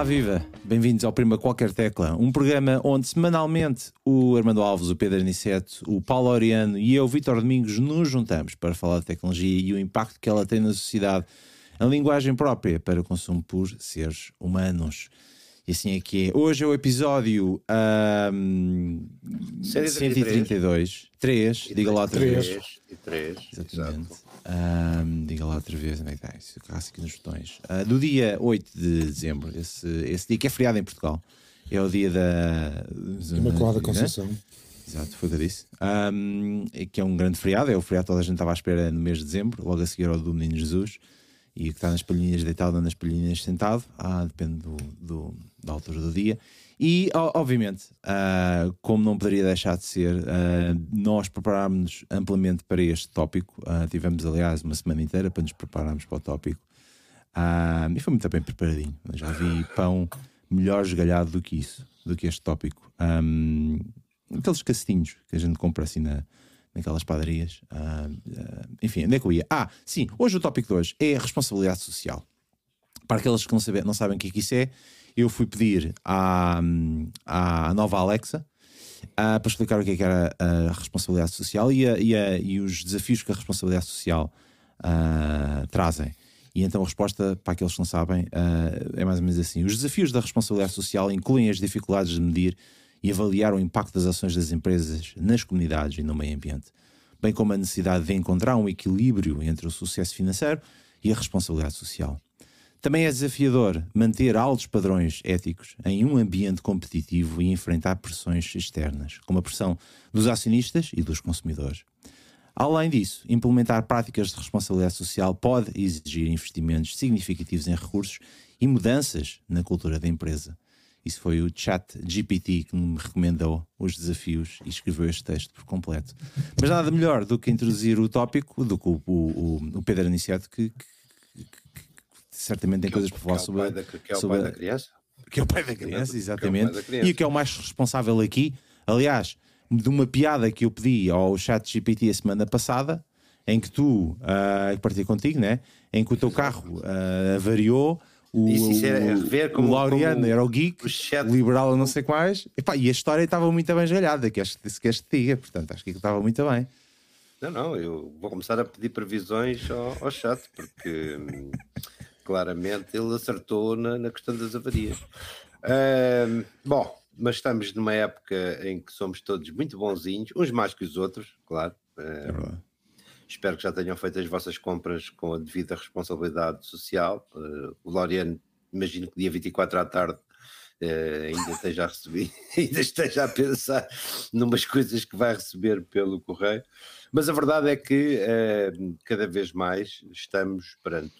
Olá, viva! Bem-vindos ao Prima Qualquer Tecla, um programa onde semanalmente o Armando Alves, o Pedro Aniceto, o Paulo Oriano e eu, Vítor Domingos, nos juntamos para falar de tecnologia e o impacto que ela tem na sociedade em linguagem própria para o consumo por seres humanos. E assim é que é. Hoje é o episódio 132. 3, diga lá outra vez. 3, exatamente. Diga lá outra vez, onde é que está isso? Carrasco aqui nos botões. Do dia 8 de dezembro, esse dia que é feriado em Portugal. É o dia da Imaculada Conceição. Exato, foi o que eu disse. Que é um grande feriado, é o feriado que toda a gente estava à espera no mês de dezembro, logo a seguir ao do Menino Jesus. E que está nas palhinhas deitado, nas palhinhas sentado, depende da altura do dia. E, obviamente, como não poderia deixar de ser, nós preparámos-nos amplamente para este tópico. Tivemos, aliás, uma semana inteira para nos prepararmos para o tópico. E foi muito bem preparadinho. Já vi pão melhor esgalhado do que isso, do que este tópico. Aqueles cacetinhos que a gente compra assim naquelas padarias. Enfim, onde é que eu ia? Sim, hoje o tópico de hoje é a responsabilidade social. Para aqueles que não sabem o que isso é, eu fui pedir à nova Alexa para explicar o que é que era a responsabilidade social e os desafios que a responsabilidade social trazem. E então a resposta, para aqueles que não sabem, é mais ou menos assim. Os desafios da responsabilidade social incluem as dificuldades de medir e avaliar o impacto das ações das empresas nas comunidades e no meio ambiente, bem como a necessidade de encontrar um equilíbrio entre o sucesso financeiro e a responsabilidade social. Também é desafiador manter altos padrões éticos em um ambiente competitivo e enfrentar pressões externas, como a pressão dos acionistas e dos consumidores. Além disso, implementar práticas de responsabilidade social pode exigir investimentos significativos em recursos e mudanças na cultura da empresa. Isso foi o ChatGPT que me recomendou os desafios e escreveu este texto por completo. Mas nada melhor do que introduzir o tópico do que o Pedro Aniceto, que certamente tem coisas para falar sobre... Que é o pai da criança. Que é o pai da criança, exatamente. E o que é o mais responsável aqui, aliás, de uma piada que eu pedi ao ChatGPT a semana passada, em que tu, partilhei contigo, né? Em que o teu carro avariou. O Laureano era o geek, o liberal não sei quais, e a história estava muito bem esgalhada, se queres te diga, portanto acho que estava muito bem. Não, eu vou começar a pedir previsões ao chat, porque claramente ele acertou na questão das avarias. Bom, mas estamos numa época em que somos todos muito bonzinhos, uns mais que os outros, claro. É verdade. Espero que já tenham feito as vossas compras com a devida responsabilidade social. O Laureano, imagino que dia 24 à tarde ainda esteja a receber, ainda esteja a pensar numas coisas que vai receber pelo correio. Mas a verdade é que cada vez mais estamos perante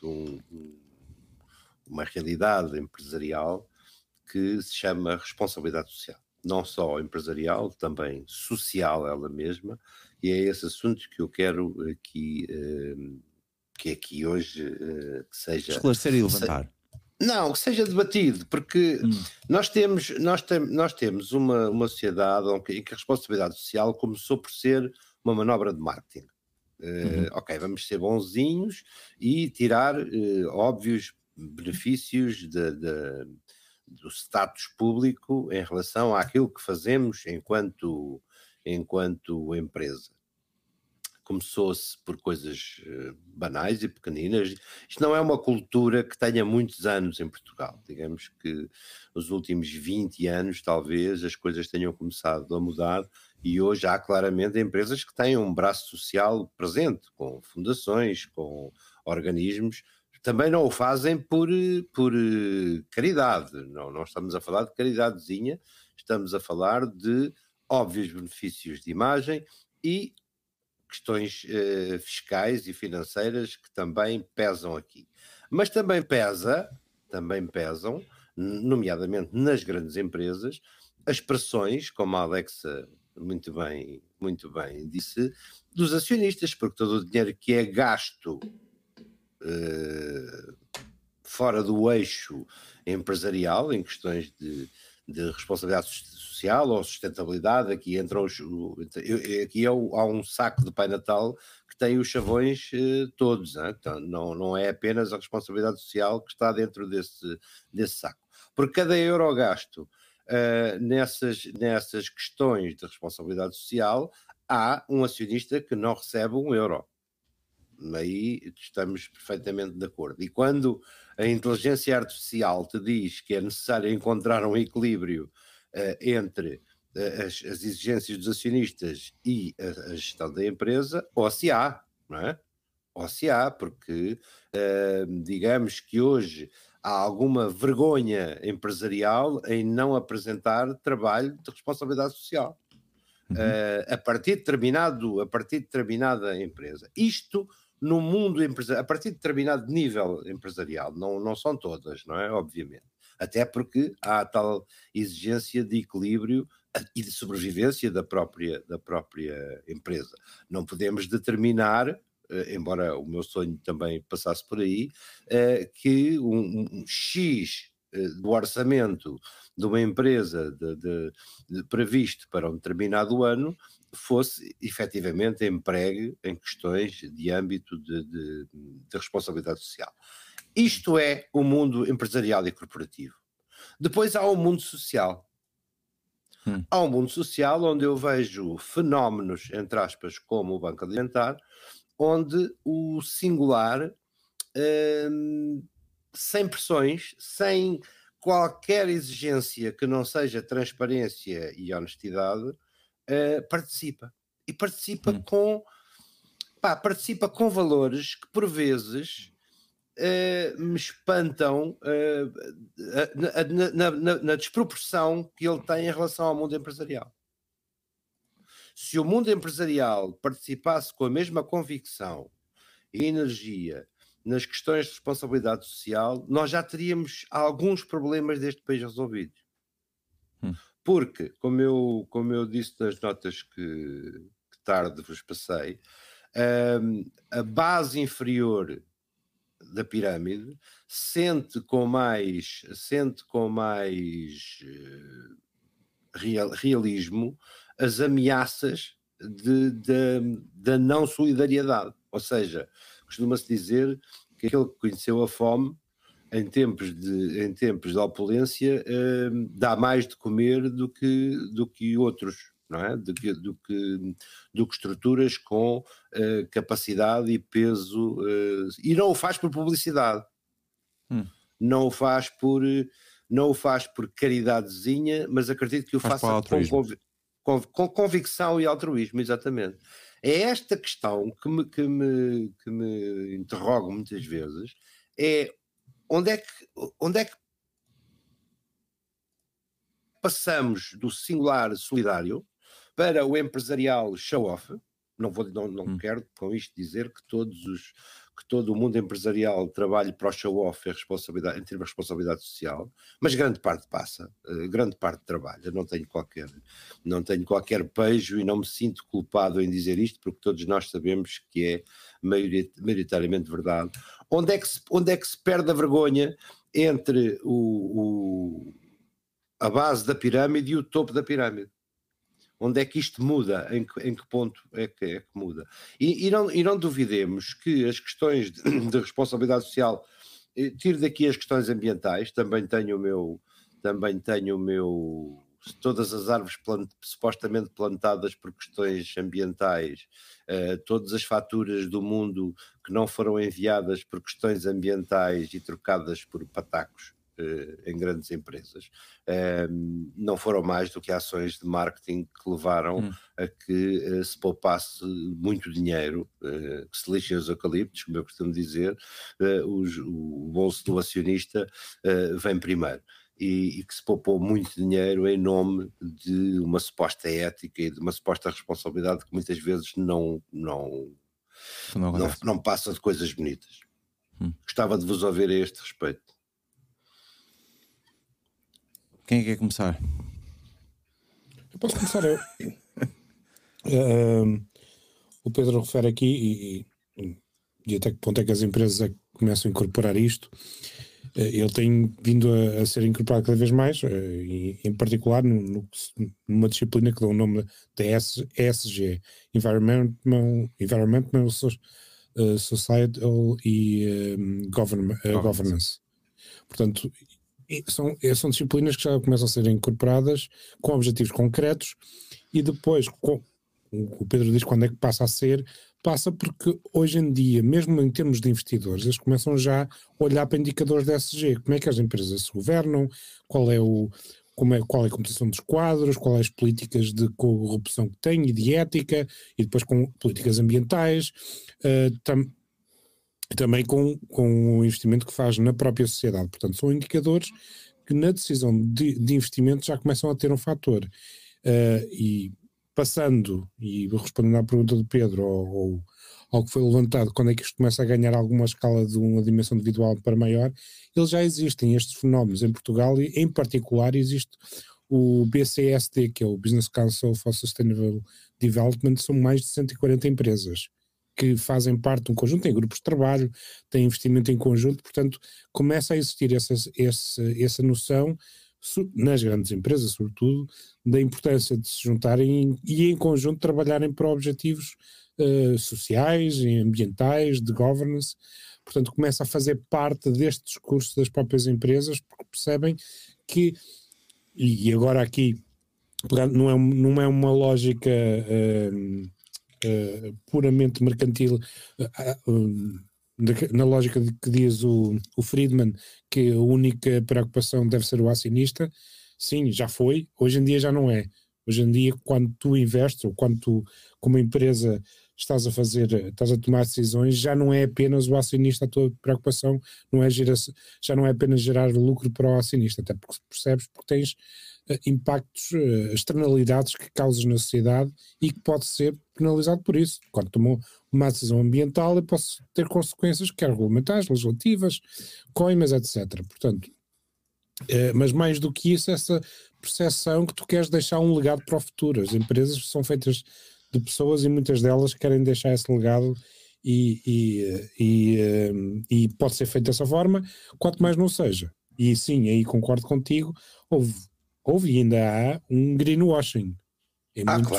uma realidade empresarial que se chama responsabilidade social. Não só empresarial, também social ela mesma, e é esse assunto que eu quero aqui, que aqui hoje que seja... Esclarecer e levantar. Não, que seja debatido, porque nós temos uma sociedade em que a responsabilidade social começou por ser uma manobra de marketing. Ok, vamos ser bonzinhos e tirar óbvios benefícios do status público em relação àquilo que fazemos enquanto empresa. Começou-se por coisas banais e pequeninas. Isto não é uma cultura que tenha muitos anos em Portugal. Digamos que nos últimos 20 anos, talvez, as coisas tenham começado a mudar e hoje há claramente empresas que têm um braço social presente, com fundações, com organismos. Também não o fazem por caridade, não estamos a falar de caridadezinha, estamos a falar de óbvios benefícios de imagem e questões fiscais e financeiras que também pesam aqui. Mas também pesam, nomeadamente nas grandes empresas, as pressões, como a Alexa muito bem disse, dos acionistas, porque todo o dinheiro que é gasto fora do eixo empresarial, em questões de responsabilidade social ou sustentabilidade, aqui entram há um saco de Pai Natal que tem os chavões todos, então, não é apenas a responsabilidade social que está dentro desse saco. Por cada euro gasto nessas questões de responsabilidade social, há um acionista que não recebe um euro. Aí estamos perfeitamente de acordo. E quando a inteligência artificial te diz que é necessário encontrar um equilíbrio entre as exigências dos acionistas e a gestão da empresa, ou se há, não é? Ou se há, porque digamos que hoje há alguma vergonha empresarial em não apresentar trabalho de responsabilidade social. A partir de determinada empresa. Isto no mundo empresarial, a partir de determinado nível empresarial, não são todas, não é? Obviamente. Até porque há a tal exigência de equilíbrio e de sobrevivência da própria empresa. Não podemos determinar, embora o meu sonho também passasse por aí, que um X do orçamento de uma empresa previsto para um determinado ano fosse efetivamente empregue em questões de âmbito de responsabilidade social. Isto é o mundo empresarial e corporativo. Depois há o mundo social. Há um mundo social onde eu vejo fenómenos, entre aspas, como o Banco Alimentar, onde o singular, sem pressões, sem qualquer exigência que não seja transparência e honestidade, participa. E participa com valores que por vezes me espantam na desproporção que ele tem em relação ao mundo empresarial. Se o mundo empresarial participasse com a mesma convicção e energia nas questões de responsabilidade social, nós já teríamos alguns problemas deste país resolvidos. Porque, como eu disse nas notas que tarde vos passei, a base inferior da pirâmide sente com mais realismo as ameaças da não solidariedade. Ou seja, costuma-se dizer que aquele que conheceu a fome em tempos de opulência dá mais de comer do que outros, não é? Do que estruturas com capacidade e peso, e não o faz por publicidade, não o faz por caridadezinha, mas acredito que o faça com convicção e altruísmo, exatamente. É esta questão que me interrogo muitas vezes, é onde é que passamos do singular solidário para o empresarial show-off. Não quero com isto dizer que todo o mundo empresarial trabalhe para o show-off em termos de responsabilidade social, mas grande parte passa, grande parte trabalha. Não tenho qualquer pejo e não me sinto culpado em dizer isto, porque todos nós sabemos que é maioritariamente verdade. Onde é que se perde a vergonha entre a base da pirâmide e o topo da pirâmide? Onde é que isto muda? Em que ponto é que muda? E não duvidemos que as questões de responsabilidade social, tiro daqui as questões ambientais, também tenho o meu todas as árvores supostamente plantadas por questões ambientais, todas as faturas do mundo que não foram enviadas por questões ambientais e trocadas por patacos em grandes empresas, não foram mais do que ações de marketing que levaram a que se poupasse muito dinheiro, que se lixem os eucaliptos, como eu costumo dizer, o bolso do acionista vem primeiro. E que se poupou muito dinheiro em nome de uma suposta ética e de uma suposta responsabilidade que muitas vezes não passa de coisas bonitas. Gostava de vos ouvir a este respeito. Quem é que quer começar? Eu posso começar eu. O Pedro refere aqui e até que ponto é que as empresas começam a incorporar isto. Ele tem vindo a ser incorporado cada vez mais, e em particular numa disciplina que dá o nome da ESG, Environmental, Societal e Governance. Portanto, são disciplinas que já começam a ser incorporadas com objetivos concretos e depois, o Pedro diz quando é que passa a ser, passa porque hoje em dia, mesmo em termos de investidores, eles começam já a olhar para indicadores de ESG, como é que as empresas se governam, qual é a composição dos quadros, quais as políticas de corrupção que têm e de ética, e depois com políticas ambientais, também com o investimento que faz na própria sociedade. Portanto, são indicadores que na decisão de investimento já começam a ter um fator. E passando, e respondendo à pergunta do Pedro, ou ao que foi levantado, quando é que isto começa a ganhar alguma escala de uma dimensão individual para maior, eles já existem, estes fenómenos em Portugal, e em particular existe o BCSD, que é o Business Council for Sustainable Development, são mais de 140 empresas que fazem parte de um conjunto, tem grupos de trabalho, tem investimento em conjunto, portanto começa a existir essa noção nas grandes empresas, sobretudo, da importância de se juntarem e em conjunto trabalharem para objetivos sociais, ambientais, de governance. Portanto, começa a fazer parte deste discurso das próprias empresas, porque percebem que, e agora aqui, não é uma lógica puramente mercantil, na lógica de que diz o Friedman, que a única preocupação deve ser o acionista. Sim, já foi, hoje em dia já não é. Hoje em dia, quando tu investes, ou quando tu, como empresa, estás a tomar decisões, já não é apenas o acionista a tua preocupação, já não é apenas gerar lucro para o acionista, até porque percebes, porque tens impactos, externalidades que causas na sociedade e que pode ser penalizado por isso. Quando tomou uma decisão ambiental, eu posso ter consequências, quer regulamentares, legislativas, coimas, etc. Portanto, mas mais do que isso, essa percepção que tu queres deixar um legado para o futuro. As empresas são feitas de pessoas e muitas delas querem deixar esse legado e pode ser feito dessa forma, quanto mais não seja. E sim, aí concordo contigo, houve e ainda há um greenwashing em muitos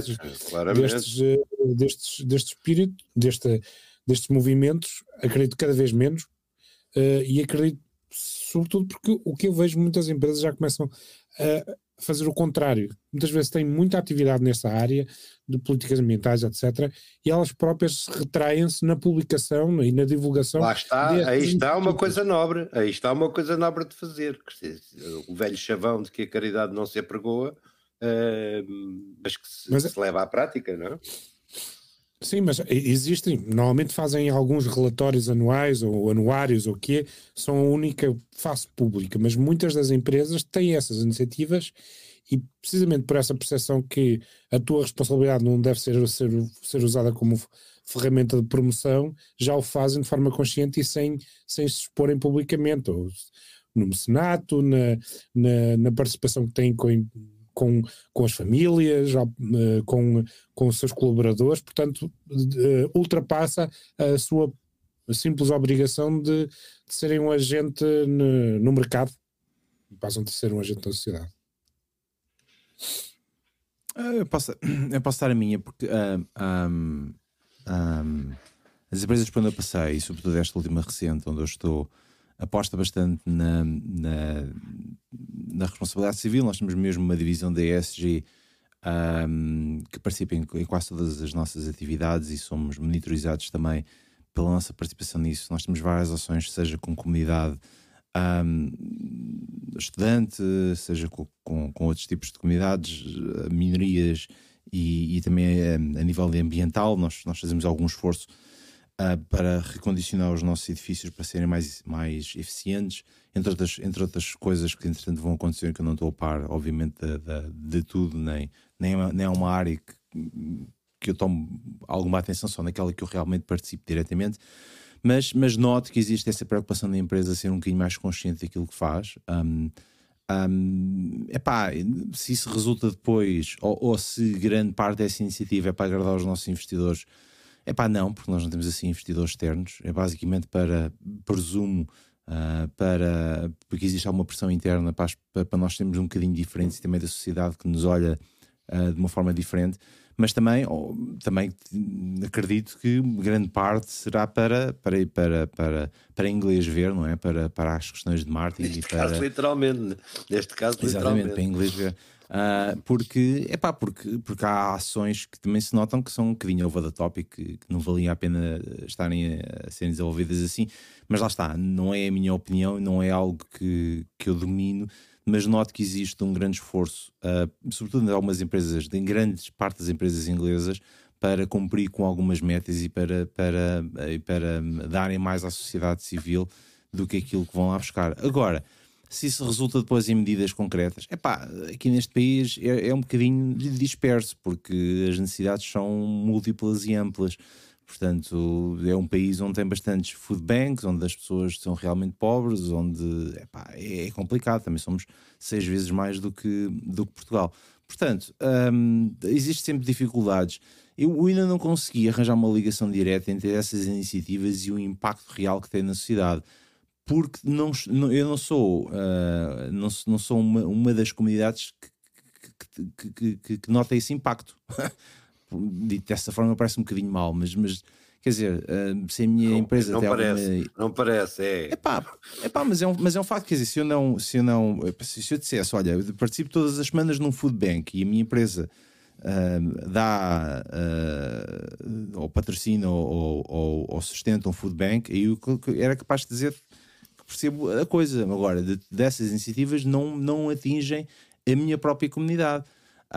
deste espírito, destes movimentos, acredito cada vez menos, e acredito sobretudo porque o que eu vejo muitas empresas já começam a fazer o contrário. Muitas vezes têm muita atividade nessa área de políticas ambientais, etc., e elas próprias retraem-se na publicação e na divulgação. Lá está, aí está uma coisa nobre, de fazer. O velho chavão de que a caridade não se apregoa, mas que se leva à prática, não é? Sim, mas existem, normalmente fazem alguns relatórios anuais ou anuários, ou o que são a única face pública, mas muitas das empresas têm essas iniciativas e precisamente por essa percepção que a tua responsabilidade não deve ser usada como ferramenta de promoção, já o fazem de forma consciente e sem se exporem publicamente, ou no mecenato, na participação que têm com as famílias, com os seus colaboradores, portanto ultrapassa a sua simples obrigação de serem um agente no mercado e passam a ser um agente da sociedade. Eu posso dar a minha, porque as empresas por onde eu passei, e sobretudo esta última recente, onde eu estou, aposta bastante na responsabilidade civil. Nós temos mesmo uma divisão da ESG que participa em quase todas as nossas atividades e somos monitorizados também pela nossa participação nisso. Nós temos várias ações, seja com comunidade estudante, seja com outros tipos de comunidades, minorias e também a nível ambiental. Nós fazemos algum esforço para recondicionar os nossos edifícios para serem mais eficientes, entre outras coisas que entretanto vão acontecer, que eu não estou a par, obviamente, de tudo, nem é uma área que eu tomo alguma atenção, só naquela que eu realmente participo diretamente, mas noto que existe essa preocupação da empresa ser um bocadinho mais consciente daquilo que faz. Se isso resulta depois, ou se grande parte dessa iniciativa é para agradar os nossos investidores, não, porque nós não temos assim investidores externos. É basicamente presumo, porque existe alguma pressão interna para nós sermos um bocadinho diferentes e também da sociedade que nos olha de uma forma diferente. mas também acredito que grande parte será para inglês ver, não é? Para as questões de marketing. Neste caso, literalmente. Exatamente, para inglês ver. Porque há ações que também se notam que são um bocadinho over the top e que não valia a pena estarem a serem desenvolvidas assim, mas lá está, não é a minha opinião, não é algo que eu domino, mas noto que existe um grande esforço, sobretudo em algumas empresas, em grandes parte das empresas inglesas, para cumprir com algumas metas e para darem mais à sociedade civil do que aquilo que vão lá buscar. Agora, se isso resulta depois em medidas concretas, aqui neste país é um bocadinho disperso, porque as necessidades são múltiplas e amplas. Portanto, é um país onde tem bastantes food banks, onde as pessoas são realmente pobres, onde é complicado. Também somos 6 vezes mais do que Portugal. Portanto, existe sempre dificuldades. Eu ainda não consegui arranjar uma ligação direta entre essas iniciativas e o impacto real que tem na sociedade. Porque eu não sou uma das comunidades que nota esse impacto. Dito dessa forma parece um bocadinho mal, mas quer dizer, se a minha empresa não tem parece, não parece, mas é um facto, quer dizer, se eu dissesse, olha, eu participo todas as semanas num food bank e a minha empresa dá ou patrocina ou sustenta um food bank, aí eu era capaz de dizer que percebo a coisa. Agora, dessas iniciativas não atingem a minha própria comunidade.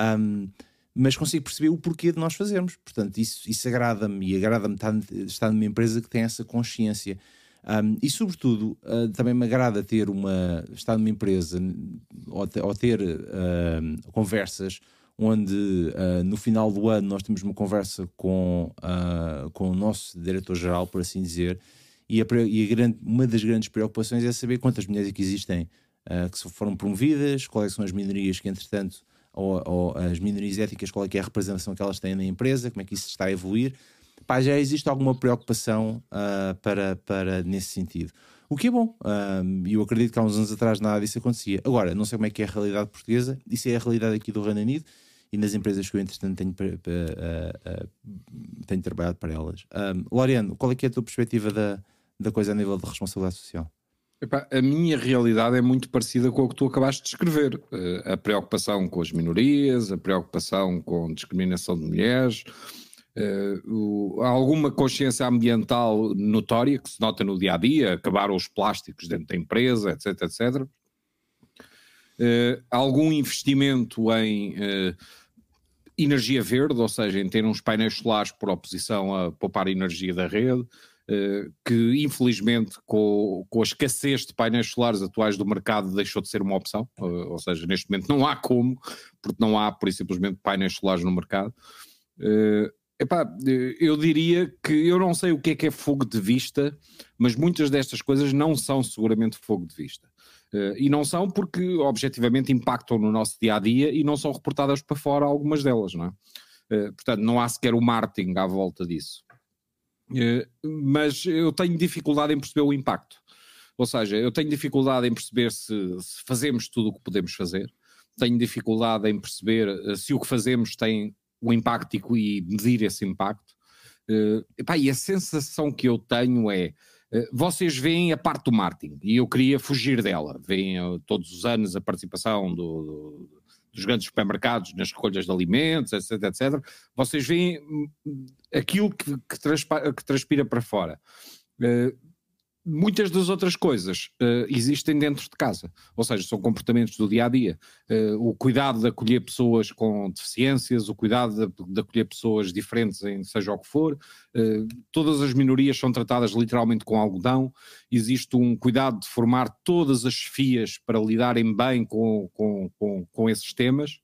Mas consigo perceber o porquê de nós fazermos. Portanto, isso agrada-me, e agrada-me estar numa empresa que tem essa consciência. E sobretudo, também me agrada estar numa empresa ou ter conversas onde no final do ano nós temos uma conversa com o nosso diretor-geral, por assim dizer, e uma das grandes preocupações é saber quantas mulheres é que existem que foram promovidas, quais são as minorias que, entretanto, ou as minorias étnicas, qual é que é a representação que elas têm na empresa, como é que isso está a evoluir. Já existe alguma preocupação nesse sentido. O que é bom. Eu acredito que há uns anos atrás nada disso acontecia. Agora, não sei como é que é a realidade portuguesa, isso é a realidade aqui do Reino Unido e nas empresas que eu, entretanto, tenho trabalhado para elas. Loriano, qual é que é a tua perspectiva da coisa a nível de responsabilidade social? A minha realidade é muito parecida com a que tu acabaste de escrever. A preocupação com as minorias, a preocupação com discriminação de mulheres, há alguma consciência ambiental notória que se nota no dia-a-dia, acabaram os plásticos dentro da empresa, etc, etc. Algum investimento em energia verde, ou seja, em ter uns painéis solares por oposição a poupar energia da rede, que infelizmente com a escassez de painéis solares atuais do mercado deixou de ser uma opção, ou seja, neste momento não há como, porque não há por simplesmente painéis solares no mercado. Eu diria que eu não sei o que é fogo de vista, mas muitas destas coisas não são seguramente fogo de vista. E não são porque objetivamente impactam no nosso dia-a-dia e não são reportadas para fora algumas delas, não é? Portanto, não há sequer o marketing à volta disso. Mas eu tenho dificuldade em perceber o impacto. Ou seja, eu tenho dificuldade em perceber se fazemos tudo o que podemos fazer. Tenho dificuldade em perceber se o que fazemos tem um impacto e medir esse impacto. E a sensação que eu tenho é, vocês veem a parte do marketing e eu queria fugir dela. Veem todos os anos a participação dos grandes supermercados nas recolhas de alimentos, etc, etc. Vocês veem aquilo que transpira para fora. Muitas das outras coisas existem dentro de casa, ou seja, são comportamentos do dia-a-dia. O cuidado de acolher pessoas com deficiências, o cuidado de acolher pessoas diferentes em seja o que for, todas as minorias são tratadas literalmente com algodão, existe um cuidado de formar todas as chefias para lidarem bem com esses temas.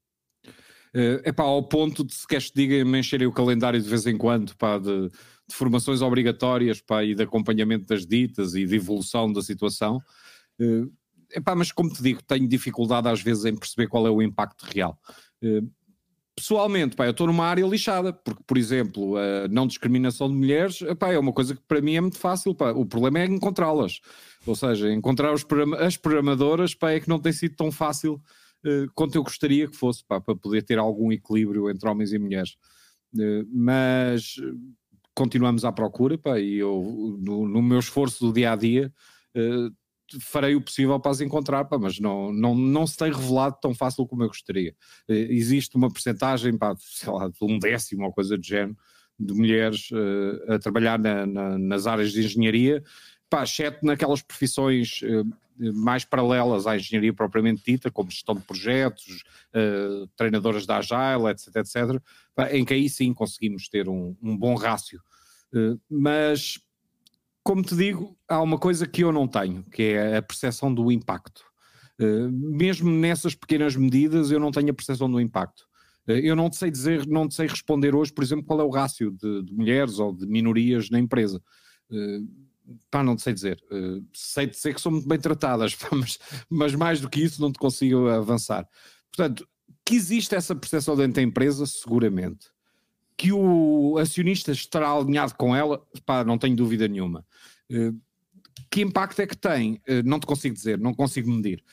Ao ponto de, se queres que diga, me encherem o calendário de vez em quando, de formações obrigatórias, e de acompanhamento das ditas e de evolução da situação. Mas como te digo, tenho dificuldade às vezes em perceber qual é o impacto real. Pessoalmente, eu estou numa área lixada, porque, por exemplo, a não discriminação de mulheres, é uma coisa que para mim é muito fácil, o problema é encontrá-las. Ou seja, encontrar as programadoras, é que não tem sido tão fácil quanto eu gostaria que fosse, para poder ter algum equilíbrio entre homens e mulheres. Mas continuamos à procura, e eu, no meu esforço do dia-a-dia, farei o possível para as encontrar, mas não se tem revelado tão fácil como eu gostaria. Existe uma percentagem, sei lá, de 1/10 ou coisa do género, de mulheres a trabalhar nas áreas de engenharia, exceto naquelas profissões mais paralelas à engenharia propriamente dita, como gestão de projetos, treinadoras da Agile, etc., em que aí sim conseguimos ter um bom rácio. Mas, como te digo, há uma coisa que eu não tenho, que é a percepção do impacto. Mesmo nessas pequenas medidas, eu não tenho a percepção do impacto. Eu não te sei dizer, não te sei responder hoje, por exemplo, qual é o rácio de mulheres ou de minorias na empresa. Não te sei dizer. Sei dizer que são muito bem tratadas, mas mais do que isso não te consigo avançar. Portanto, que existe essa percepção dentro da empresa, seguramente. Que o acionista estará alinhado com ela, não tenho dúvida nenhuma. Que impacto é que tem? Não te consigo dizer, não consigo medir.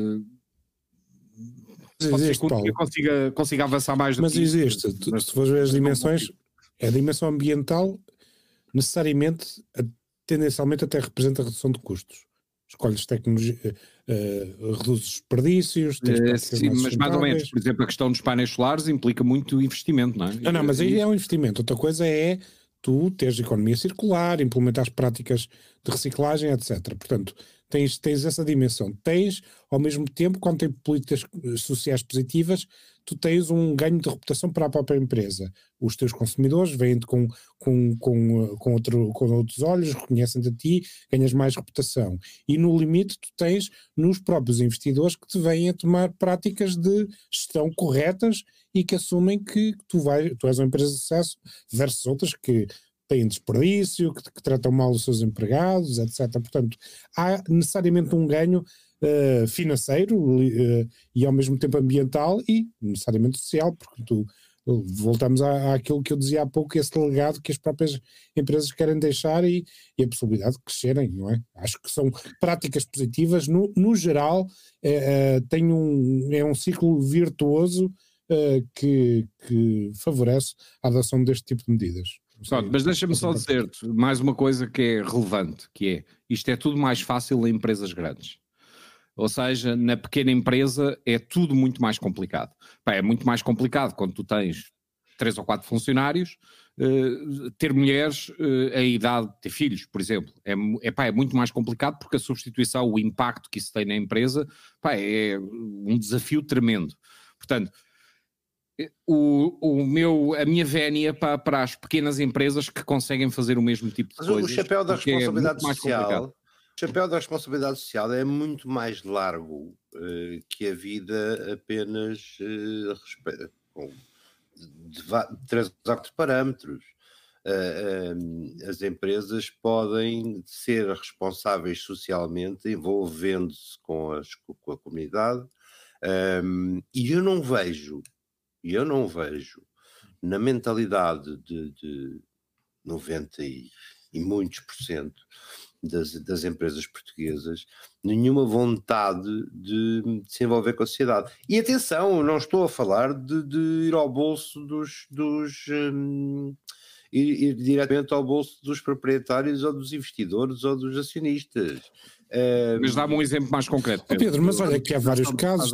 Consiga avançar mais do que isso. Mas existe, se fores ver as dimensões, a dimensão ambiental necessariamente, tendencialmente até representa a redução de custos. Escolhes tecnologia, reduz os desperdícios. Sim, mas mais ou menos, por exemplo, a questão dos painéis solares implica muito investimento, não é? Não, mas aí é um investimento. Outra coisa é tu teres economia circular, implementares práticas de reciclagem, etc. Portanto, tens essa dimensão. Tens, ao mesmo tempo, quando tem políticas sociais positivas, tu tens um ganho de reputação para a própria empresa. Os teus consumidores vêm-te com outros olhos, reconhecem-te a ti, ganhas mais reputação. E no limite tu tens nos próprios investidores que te vêm a tomar práticas de gestão corretas e que assumem que tu és uma empresa de sucesso versus outras que têm desperdício, que tratam mal os seus empregados, etc. Portanto, há necessariamente um ganho financeiro e ao mesmo tempo ambiental e necessariamente social, porque voltamos àquilo que eu dizia há pouco, esse legado que as próprias empresas querem deixar e a possibilidade de crescerem, não é? Acho que são práticas positivas, no geral é um ciclo virtuoso que favorece a adoção deste tipo de medidas. Pronto, mas deixa-me só dizer-te mais uma coisa que é relevante, que é, isto é tudo mais fácil em empresas grandes. Ou seja, na pequena empresa é tudo muito mais complicado. É muito mais complicado quando tu tens 3 ou 4 funcionários, ter mulheres a idade de ter filhos, por exemplo. É muito mais complicado porque a substituição, o impacto que isso tem na empresa, é um desafio tremendo. Portanto, a minha vénia para as pequenas empresas que conseguem fazer o mesmo tipo de coisas. O chapéu da responsabilidade social... O chapéu da responsabilidade social é muito mais largo que a vida apenas com 3 ou 4 parâmetros. As empresas podem ser responsáveis socialmente, envolvendo-se com a comunidade, e eu não vejo na mentalidade de 90 e muitos % das empresas portuguesas nenhuma vontade de se envolver com a sociedade. E atenção, não estou a falar de ir ao bolso ir diretamente ao bolso dos proprietários ou dos investidores ou dos acionistas. Mas dá-me um exemplo mais concreto, Pedro, mas olha que há vários casos,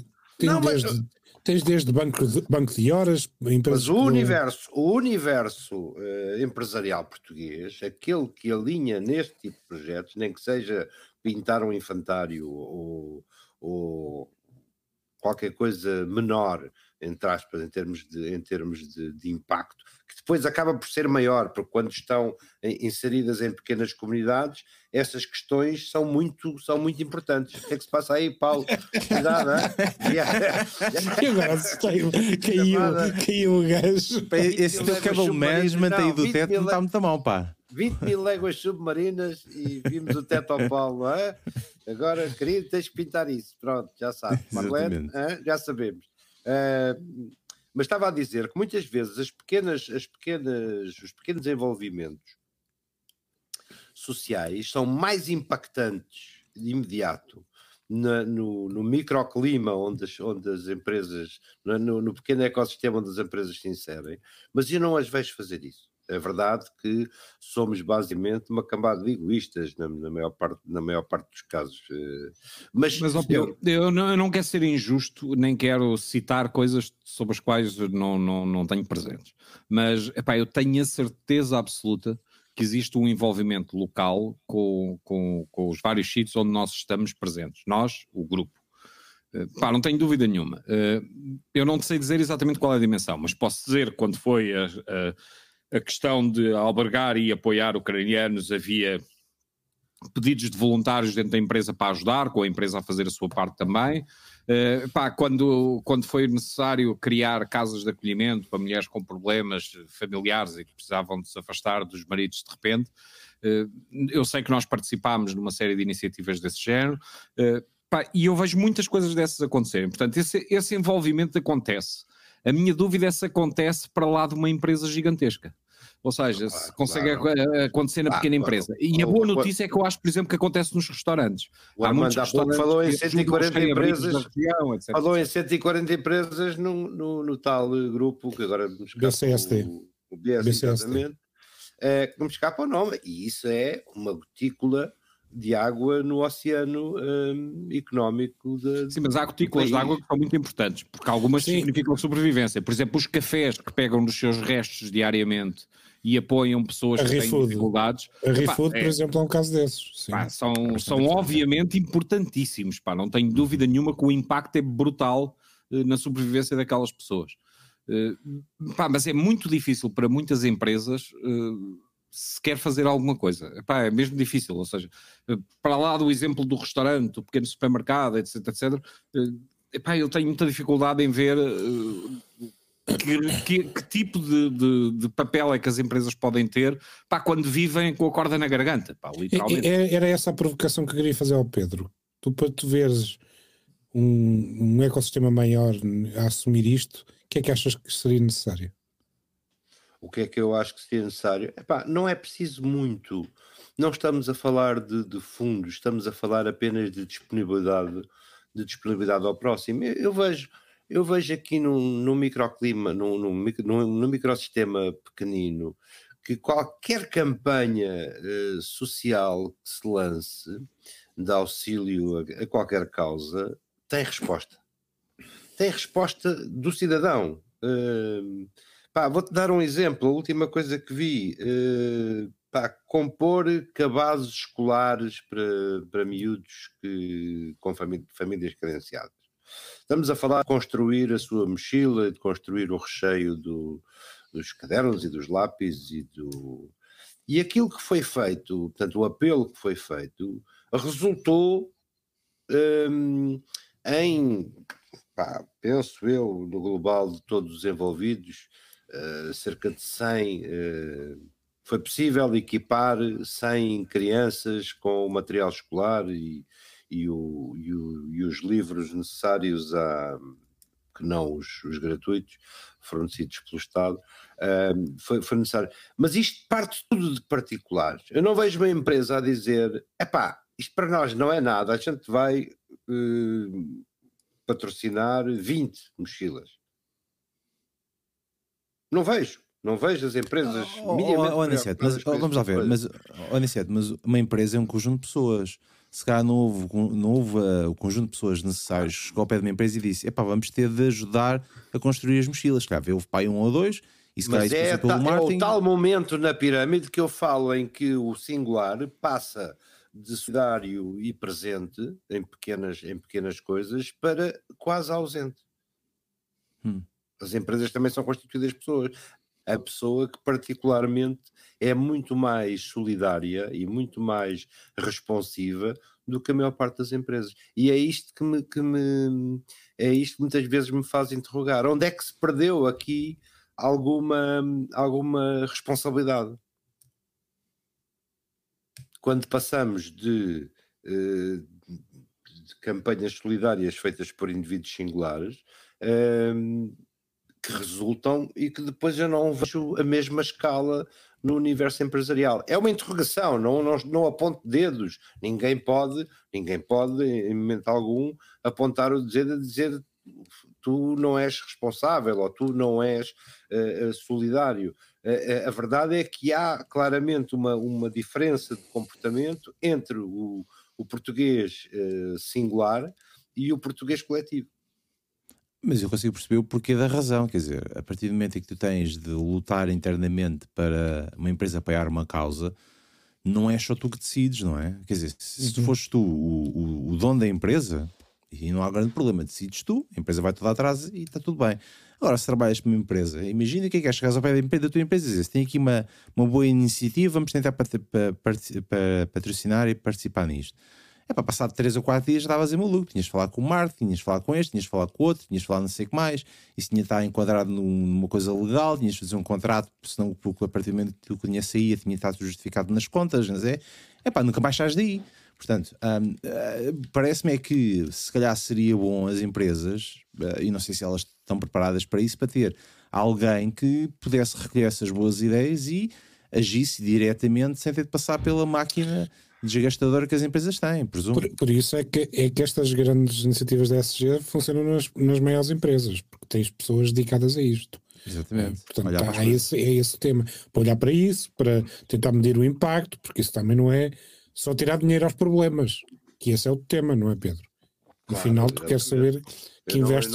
tens desde banco de horas, empresas. Mas o universo empresarial português, aquele que alinha neste tipo de projetos, nem que seja pintar um infantário ou qualquer coisa menor, entre aspas, em termos de impacto, que depois acaba por ser maior, porque quando estão inseridas em pequenas comunidades, essas questões são muito importantes. O que é que se passa aí, Paulo? Cuidado, E agora caiu o gajo. Esse teu cable management aí do teto não está muito mal, pá. 20.000 léguas submarinas e vimos o teto ao Paulo, é? Agora, querido, tens que pintar isso. Pronto, já sabe. Marlene, já sabemos. Mas estava a dizer que muitas vezes os pequenos envolvimentos sociais são mais impactantes de imediato no microclima onde as empresas, no pequeno ecossistema onde as empresas se inserem, mas eu não as vejo fazer isso. É verdade que somos basicamente uma cambada de egoístas na maior parte dos casos. Mas eu não quero ser injusto, nem quero citar coisas sobre as quais não tenho presentes. Mas eu tenho a certeza absoluta que existe um envolvimento local com os vários sítios onde nós estamos presentes. Nós, o grupo. Não tenho dúvida nenhuma. Eu não sei dizer exatamente qual é a dimensão, mas posso dizer quando foi a questão de albergar e apoiar ucranianos, havia pedidos de voluntários dentro da empresa para ajudar, com a empresa a fazer a sua parte também. Quando foi necessário criar casas de acolhimento para mulheres com problemas familiares e que precisavam de se afastar dos maridos de repente, eu sei que nós participámos numa série de iniciativas desse género, e eu vejo muitas coisas dessas acontecerem. Portanto, esse envolvimento acontece. A minha dúvida é se acontece para lá de uma empresa gigantesca. Ou seja, se consegue acontecer na pequena empresa. E a boa notícia é que eu acho, por exemplo, que acontece nos restaurantes. O Armando há pouco falou em 140 empresas. Região, etc. Falou em 140 empresas no tal grupo que agora me escapa BCST. O BCST, exatamente. Que me escapa o nome. E isso é uma gotícula de água no oceano económico. Sim, mas há gotículas de água que são muito importantes, porque algumas significam sobrevivência. Por exemplo, os cafés que pegam nos seus restos diariamente e apoiam pessoas que têm dificuldades. A ReFood, por exemplo, é um caso desses. São obviamente importantíssimos. Não tenho dúvida nenhuma que o impacto é brutal na sobrevivência daquelas pessoas. Mas é muito difícil para muitas empresas se quer fazer alguma coisa. É mesmo difícil, ou seja, para lá do exemplo do restaurante, do pequeno supermercado, etc, eu tenho muita dificuldade em ver que tipo de papel é que as empresas podem ter quando vivem com a corda na garganta, literalmente. Era essa a provocação que eu queria fazer ao Pedro. Para tu veres um ecossistema maior a assumir isto, o que é que achas que seria necessário? O que é que eu acho que seria necessário? Não é preciso muito. Não estamos a falar de fundos, estamos a falar apenas de disponibilidade ao próximo. Eu vejo aqui num microclima, num microsistema pequenino, que qualquer campanha social que se lance de auxílio a qualquer causa tem resposta. Tem resposta do cidadão. Vou-te dar um exemplo. A última coisa que vi, compor cabazes escolares para miúdos com famílias carenciadas. Estamos a falar de construir a sua mochila, de construir o recheio dos cadernos e dos lápis e aquilo que foi feito, portanto o apelo que foi feito, resultou em, penso eu, no global de todos os envolvidos, cerca de 100, foi possível equipar 100 crianças com o material escolar e os livros necessários que não os gratuitos, fornecidos pelo Estado, foi necessário. Mas isto parte tudo de particulares. Eu não vejo uma empresa a dizer, isto para nós não é nada, a gente vai patrocinar 20 mochilas. Não vejo as empresas Aniceto, mas vamos lá ver, mas uma empresa é um conjunto de pessoas. Se calhar não houve o conjunto de pessoas necessários, chegou ao pé de uma empresa e disse, vamos ter de ajudar a construir as mochilas. Claro, houve um ou dois, e se calhar isso passou pelo marketing. É o tal momento na pirâmide que eu falo em que o singular passa de solidário e presente em pequenas coisas para quase ausente. As empresas também são constituídas de pessoas. A pessoa que particularmente é muito mais solidária e muito mais responsiva do que a maior parte das empresas. E é isto que muitas vezes me faz interrogar. Onde é que se perdeu aqui alguma responsabilidade? Quando passamos de campanhas solidárias feitas por indivíduos singulares, que resultam e que depois eu não vejo a mesma escala no universo empresarial. É uma interrogação, não aponto dedos. Ninguém pode, em momento algum, apontar o dedo a dizer tu não és responsável ou tu não és solidário. A verdade é que há claramente uma diferença de comportamento entre o português singular e o português coletivo. Mas eu consigo perceber o porquê da razão, quer dizer, a partir do momento em que tu tens de lutar internamente para uma empresa apoiar uma causa, não é só tu que decides, não é? Quer dizer, se tu fores tu o dono da empresa, e não há grande problema, decides tu, a empresa vai toda atrás e está tudo bem. Agora, se trabalhas para uma empresa, imagina que é chegares ao pé da tua empresa e dizer, se tem aqui uma boa iniciativa, vamos tentar patrocinar e participar nisto. É para passar 3 ou 4 dias já estavas em maluco, tinhas de falar com o marketing, tinhas de falar com este, tinhas de falar com o outro, tinhas de falar não sei o que mais, isso tinha de estar enquadrado numa coisa legal, tinhas de fazer um contrato, senão a partir do momento que o dinheiro saía tinha de estar justificado nas contas, não é? Pá, nunca mais sais daí. Portanto, parece-me é que se calhar seria bom as empresas, e não sei se elas estão preparadas para isso, para ter alguém que pudesse recolher essas boas ideias e agisse diretamente sem ter de passar pela máquina desgastadora que as empresas têm, presumo. Por isso é que estas grandes iniciativas da ESG funcionam nas maiores empresas, porque tens pessoas dedicadas a isto. Exatamente. Portanto, é esse o tema. Para olhar para isso, para tentar medir o impacto, porque isso também não é só tirar dinheiro aos problemas, que esse é o tema, não é, Pedro? No final, tu queres saber que investes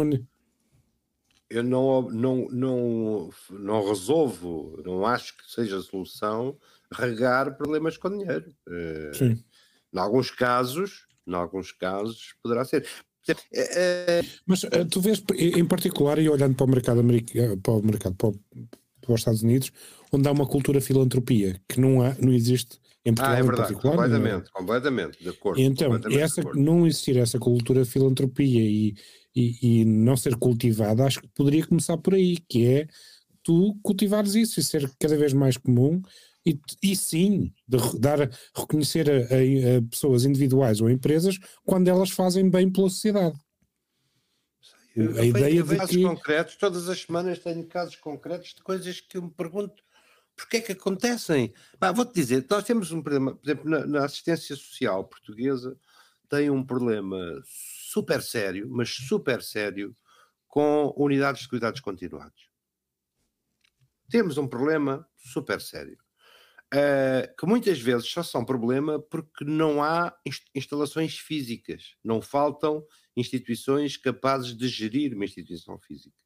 Eu não resolvo, não acho que seja a solução regar problemas com dinheiro. Sim. Em alguns casos poderá ser. Mas tu vês, em particular, e olhando para o mercado americano, para os Estados Unidos, onde há uma cultura filantropia que não existe em Portugal, é verdade, em particular. completamente, de acordo. Então, não existir essa cultura de filantropia e não ser cultivada, acho que poderia começar por aí, que é tu cultivares isso e ser cada vez mais comum e sim, reconhecer a pessoas individuais ou empresas quando elas fazem bem pela sociedade. Eu vejo casos concretos, todas as semanas tenho casos concretos de coisas que eu me pergunto porque é que acontecem. Vou-te dizer, nós temos um problema, por exemplo, na assistência social portuguesa, tem um problema super sério, mas super sério, com unidades de cuidados continuados. Temos um problema super sério. Que muitas vezes só são problema porque não há instalações físicas, não faltam instituições capazes de gerir uma instituição física.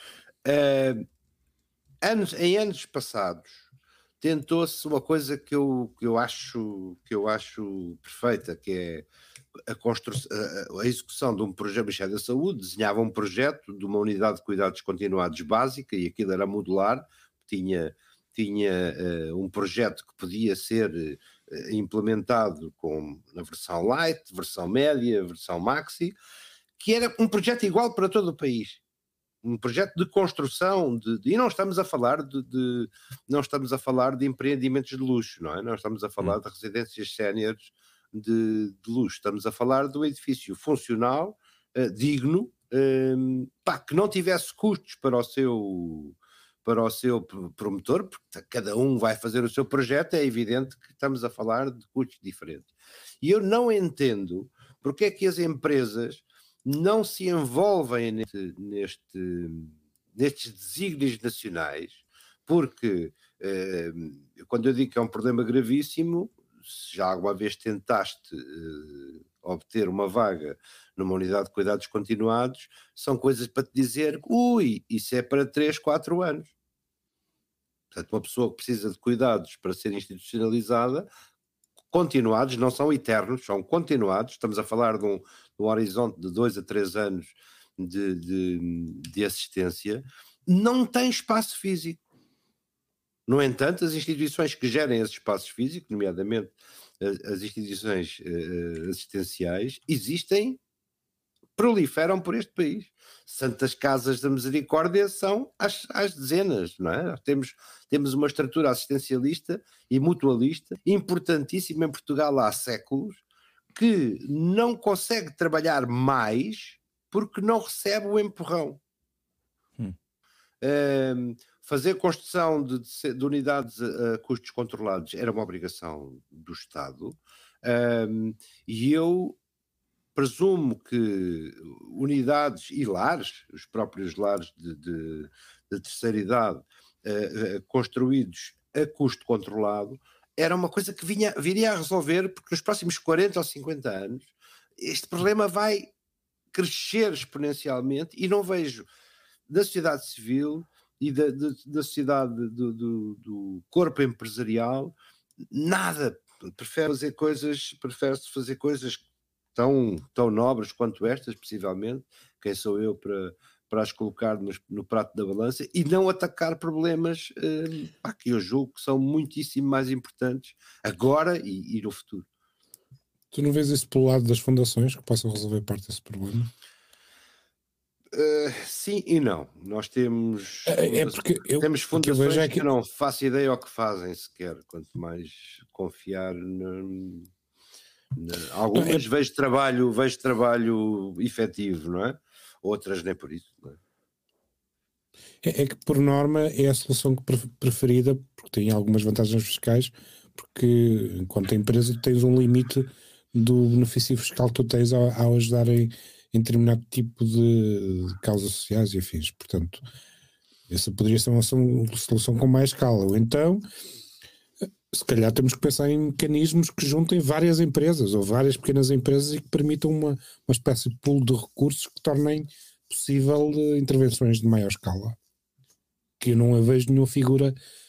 Em anos passados tentou-se uma coisa que eu acho perfeita, que é a execução de um projeto do Ministério da Saúde. Desenhava um projeto de uma unidade de cuidados continuados básica e aquilo era modular, tinha um projeto que podia ser implementado na versão light, versão média, versão maxi, que era um projeto igual para todo o país. Um projeto de construção, e não estamos a falar de empreendimentos de luxo, não é? Não estamos a falar de residências séniores de luxo, estamos a falar de um edifício funcional, digno, que não tivesse custos para o seu promotor, porque cada um vai fazer o seu projeto, é evidente que estamos a falar de custos diferentes. E eu não entendo porque é que as empresas não se envolvem nestes desígnios nacionais, porque quando eu digo que é um problema gravíssimo, se já alguma vez tentaste obter uma vaga numa unidade de cuidados continuados, são coisas para te dizer, isso é para 3, 4 anos. Portanto, uma pessoa que precisa de cuidados para ser institucionalizada, continuados, não são eternos, são continuados, estamos a falar de um horizonte de 2 a 3 anos de assistência, não tem espaço físico. No entanto, as instituições que gerem esse espaço físico, nomeadamente as instituições assistenciais, proliferam por este país. Santas Casas da Misericórdia são às dezenas, não é? Temos uma estrutura assistencialista e mutualista importantíssima em Portugal há séculos, que não consegue trabalhar mais porque não recebe o empurrão. fazer construção de unidades a custos controlados era uma obrigação do Estado, e eu presumo que unidades e lares, os próprios lares de terceira idade, construídos a custo controlado, era uma coisa que viria a resolver, porque nos próximos 40 ou 50 anos este problema vai crescer exponencialmente, e não vejo da sociedade civil e da sociedade do corpo empresarial nada. Prefere-se fazer coisas tão nobres quanto estas, possivelmente. Quem sou eu para as colocar no prato da balança, e não atacar problemas que eu julgo que são muitíssimo mais importantes agora e no futuro. Tu não vês isso pelo lado das fundações que possam resolver parte desse problema? Sim e não. Nós temos fundações que eu não faço ideia ao que fazem sequer, quanto mais confiar algumas vejo trabalho efetivo, não é? Outras nem por isso, não é? É que por norma é a solução preferida, porque tem algumas vantagens fiscais, porque enquanto empresa tens um limite do benefício fiscal que tu tens ao ajudar em determinado tipo de causas sociais e afins. Portanto, essa poderia ser uma solução com mais escala. Ou então, se calhar temos que pensar em mecanismos que juntem várias empresas ou várias pequenas empresas e que permitam uma espécie de pool de recursos que tornem possível intervenções de maior escala. Que eu não vejo nenhuma figura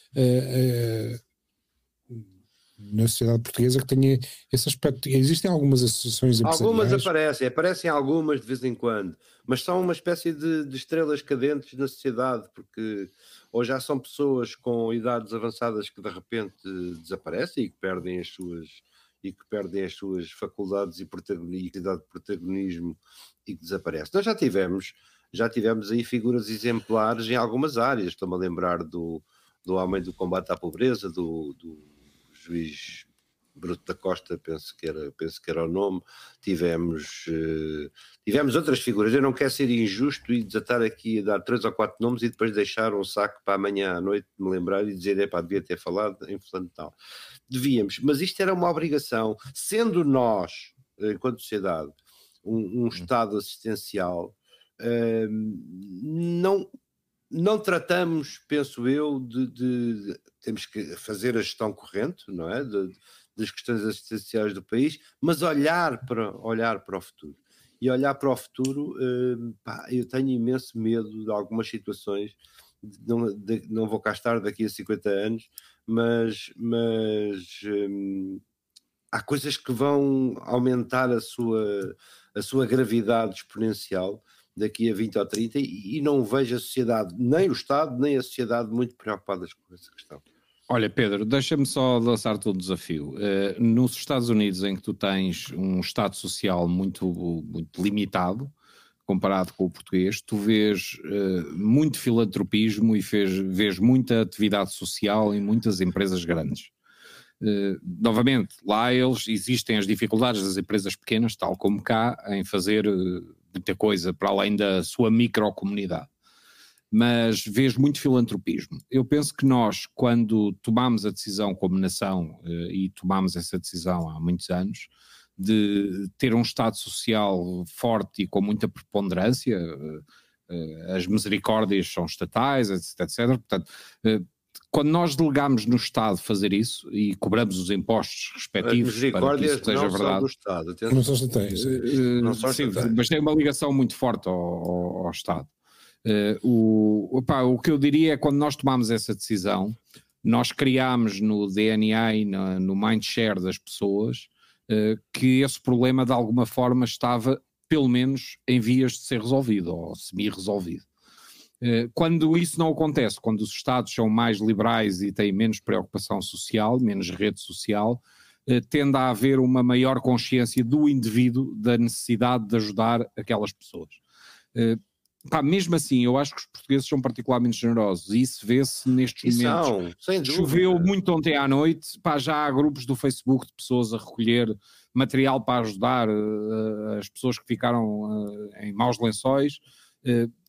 na sociedade portuguesa que tenha esse aspecto. Existem algumas associações empresariais. Algumas aparecem algumas de vez em quando, mas são uma espécie de estrelas cadentes na sociedade, porque ou já são pessoas com idades avançadas que de repente desaparecem e que perdem as suas faculdades e idade de protagonismo e que desaparecem. Nós já tivemos aí figuras exemplares em algumas áreas. Estou-me a lembrar do homem do combate à pobreza, do juiz Bruto da Costa, penso que era o nome. Tivemos outras figuras. Eu não quero ser injusto e desatar aqui a dar 3 ou 4 nomes e depois deixar um saco para amanhã à noite me lembrar e dizer, devia ter falado em fulano tal. Devíamos, mas isto era uma obrigação, sendo nós, enquanto sociedade, um Estado assistencial, não tratamos, penso eu, temos que fazer a gestão corrente, não é? Das questões assistenciais do país, mas olhar para o futuro. E olhar para o futuro, eu tenho imenso medo de algumas situações, não vou cá estar daqui a 50 anos, mas há coisas que vão aumentar a sua gravidade exponencial daqui a 20 ou 30 e não vejo a sociedade, nem o Estado, nem a sociedade muito preocupadas com essa questão. Olha, Pedro, deixa-me só lançar-te um desafio. Nos Estados Unidos, em que tu tens um Estado social muito, muito limitado, comparado com o português, tu vês muito filantropismo e vês muita atividade social em muitas empresas grandes. Novamente, lá existem as dificuldades das empresas pequenas, tal como cá, em fazer muita coisa para além da sua microcomunidade. Mas vês muito filantropismo. Eu penso que nós, quando tomámos a decisão como nação, e tomámos essa decisão há muitos anos, de ter um Estado social forte e com muita preponderância, as misericórdias são estatais, etc. Portanto, quando nós delegámos no Estado fazer isso e cobramos os impostos respectivos para que isso seja verdade... Do Estado, não são estatais. Sim, mas tem uma ligação muito forte ao Estado. O que eu diria é, quando nós tomámos essa decisão, nós criámos no DNA e no mindshare das pessoas que esse problema de alguma forma estava pelo menos em vias de ser resolvido ou semi-resolvido. Quando isso não acontece, quando os Estados são mais liberais e têm menos preocupação social, menos rede social, tende a haver uma maior consciência do indivíduo da necessidade de ajudar aquelas pessoas. Mesmo assim, eu acho que os portugueses são particularmente generosos e isso vê-se nestes momentos. Sem dúvida. Choveu muito ontem à noite, já há grupos do Facebook de pessoas a recolher material para ajudar as pessoas que ficaram em maus lençóis.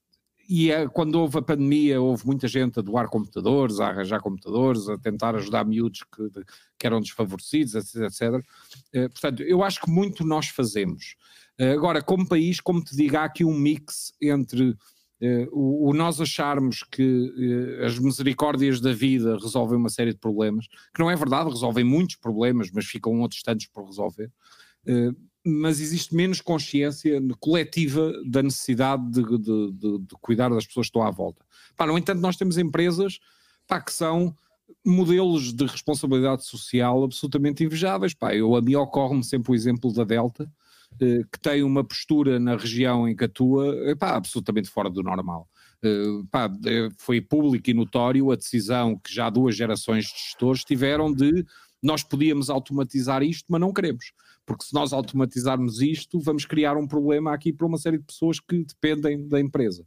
Quando houve a pandemia, houve muita gente a doar computadores, a arranjar computadores, a tentar ajudar miúdos que eram desfavorecidos, etc. Portanto, eu acho que muito nós fazemos. Agora, como país, como te digo, há aqui um mix entre o nós acharmos que as misericórdias da vida resolvem uma série de problemas, que não é verdade, resolvem muitos problemas, mas ficam outros tantos por resolver. Mas existe menos consciência coletiva da necessidade de cuidar das pessoas que estão à volta. No entanto, nós temos empresas que são modelos de responsabilidade social absolutamente invejáveis. A mim ocorre-me sempre o exemplo da Delta, que tem uma postura na região em que atua absolutamente fora do normal. Foi público e notório a decisão que já 2 gerações de gestores tiveram de nós podíamos automatizar isto, mas não queremos. Porque se nós automatizarmos isto, vamos criar um problema aqui para uma série de pessoas que dependem da empresa.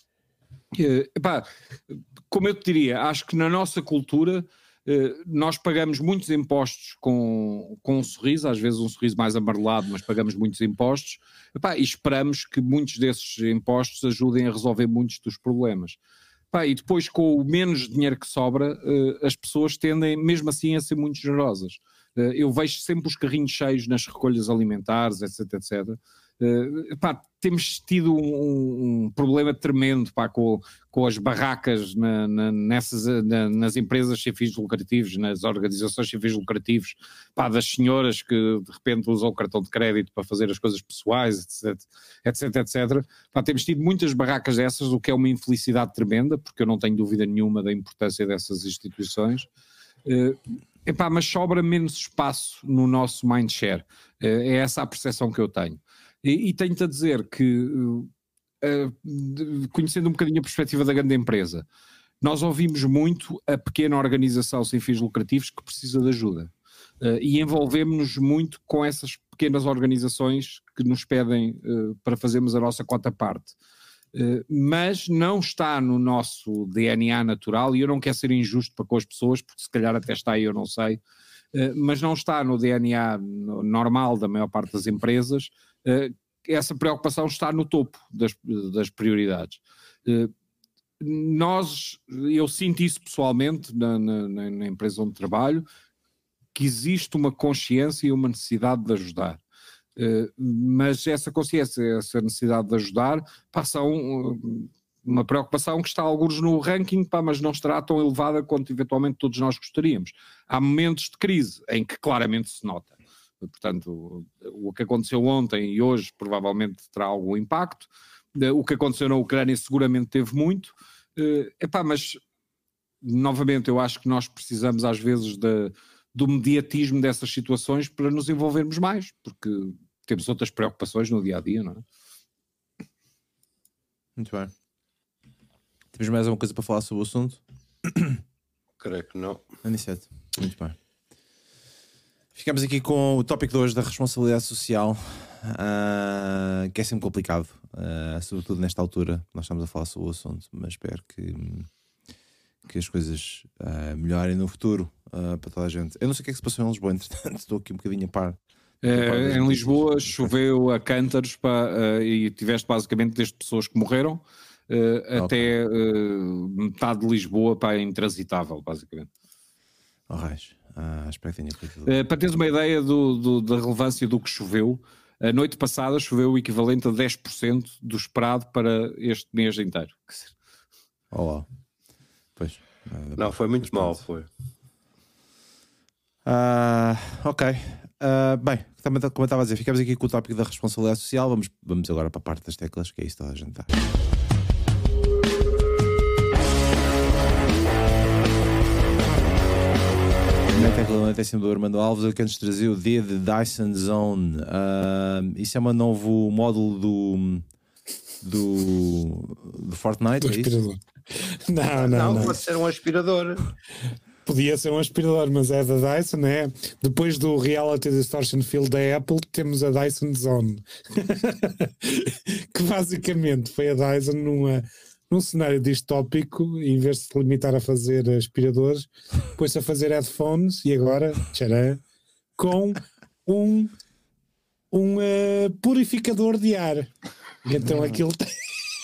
Como eu te diria, acho que na nossa cultura nós pagamos muitos impostos com um sorriso, às vezes um sorriso mais amarelado, mas pagamos muitos impostos, e esperamos que muitos desses impostos ajudem a resolver muitos dos problemas. E depois, com o menos dinheiro que sobra, as pessoas tendem mesmo assim a ser muito generosas. Eu vejo sempre os carrinhos cheios nas recolhas alimentares, etc. Temos tido um problema tremendo com as barracas nas empresas sem fins lucrativos, nas organizações sem fins lucrativos, das senhoras que de repente usam o cartão de crédito para fazer as coisas pessoais, etc. Temos tido muitas barracas dessas, o que é uma infelicidade tremenda, porque eu não tenho dúvida nenhuma da importância dessas instituições. Mas sobra menos espaço no nosso mindshare. É essa a percepção que eu tenho. E tenho-te a dizer que, conhecendo um bocadinho a perspectiva da grande empresa, nós ouvimos muito a pequena organização sem fins lucrativos que precisa de ajuda. E envolvemos-nos muito com essas pequenas organizações que nos pedem para fazermos a nossa quota parte. Mas não está no nosso DNA natural, e eu não quero ser injusto para com as pessoas, porque se calhar até está aí, eu não sei, mas não está no DNA normal da maior parte das empresas. Essa preocupação está no topo das prioridades. Eu sinto isso pessoalmente na empresa onde trabalho, que existe uma consciência e uma necessidade de ajudar. Mas essa consciência, essa necessidade de ajudar, são uma preocupação que está alguns no ranking, mas não estará tão elevada quanto eventualmente todos nós gostaríamos. Há momentos de crise em que claramente se nota. Portanto, o que aconteceu ontem e hoje provavelmente terá algum impacto. O que aconteceu na Ucrânia seguramente teve muito. Mas novamente eu acho que nós precisamos às vezes do mediatismo dessas situações para nos envolvermos mais, porque temos outras preocupações no dia-a-dia, não é? Muito bem. Temos mais alguma coisa para falar sobre o assunto? Creio que não. Aniceto, muito bem. Ficamos aqui com o tópico de hoje da responsabilidade social, que é sempre complicado, sobretudo nesta altura nós estamos a falar sobre o assunto, mas espero que as coisas melhorem no futuro para toda a gente. Eu não sei o que é que se passou em Lisboa, entretanto, estou aqui um bocadinho a par. Em Lisboa choveu a cântaros e tiveste basicamente desde pessoas que morreram até metade de Lisboa intransitável, basicamente. Espero que tenha feito. Para teres uma ideia da relevância do que choveu, a noite passada choveu o equivalente a 10% do esperado para este mês inteiro. Pois. Não, foi muito mal, foi. Ok. Bem, como eu estava a dizer, ficamos aqui com o tópico da responsabilidade social. Vamos agora para a parte das teclas, que é isso que toda a gente está. Na tecla 95 do Armando Alves, eu que antes trazia o D de Dyson Zone. Isso é um novo módulo do Fortnite, do é isso? Não. Pode ser um aspirador. Podia ser um aspirador, mas é da Dyson, né? Depois do Reality Distortion Field da Apple, temos a Dyson Zone. Que basicamente foi a Dyson num cenário distópico, em vez de se limitar a fazer aspiradores, pôs-se a fazer headphones e agora, tcharam, com um purificador de ar. Então aquilo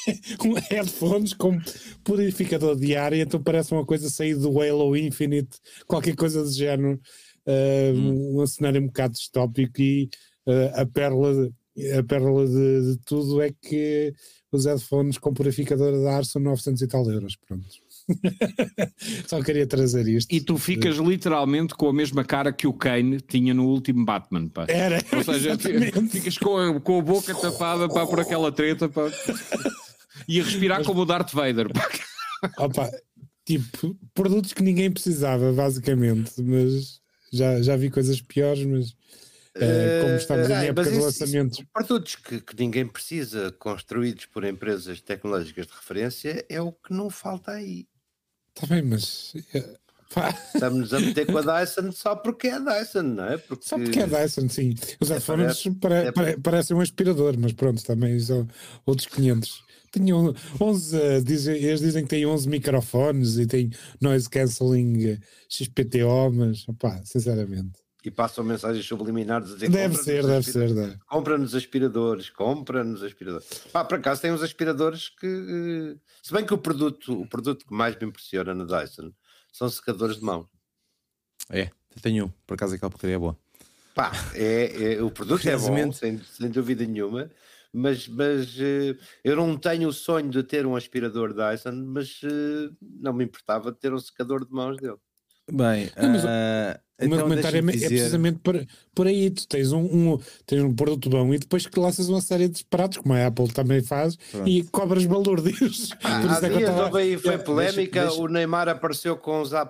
um headphones com purificador de ar, e então parece uma coisa saída do Halo Infinite, qualquer coisa do género, um cenário um bocado distópico, e a pérola de tudo é que os headphones com purificador de ar são 900 e tal euros, pronto. Só queria trazer isto. E tu ficas literalmente com a mesma cara que o Kane tinha no último Batman, pá. Era, ou seja, exatamente. ficas com a boca tapada, pá, por aquela treta, pá. E a respirar como o Darth Vader, pá. Opa, tipo, produtos que ninguém precisava, basicamente, mas já vi coisas piores, mas como estamos em época de lançamentos. Produtos que ninguém precisa, construídos por empresas tecnológicas de referência, é o que não falta aí. Está bem, mas... Estamos a meter com a Dyson só porque é a Dyson, não é? Só porque é a Dyson, sim. Os headphones parecem um aspirador, mas pronto, também são outros 500. Tinham 11, eles dizem que têm 11 microfones e tem noise cancelling XPTO, mas opá, sinceramente. E passam mensagens subliminares a dizer, deve ser. Compra-nos aspiradores. Pá, por acaso tem uns aspiradores que, se bem que o produto que mais me impressiona na Dyson são secadores de mão. Eu tenho um, por acaso aquela porcaria é boa. Pá, o produto é bom, sem dúvida nenhuma, mas eu não tenho o sonho de ter um aspirador Dyson, mas não me importava de ter um secador de mãos dele. Bem, o meu comentário é precisamente por aí. Tu tens um produto bom e depois que lanças uma série de disparados, como a Apple também faz, e cobras balúrdios. Há dias houve aí, foi polémica. O Neymar apareceu com os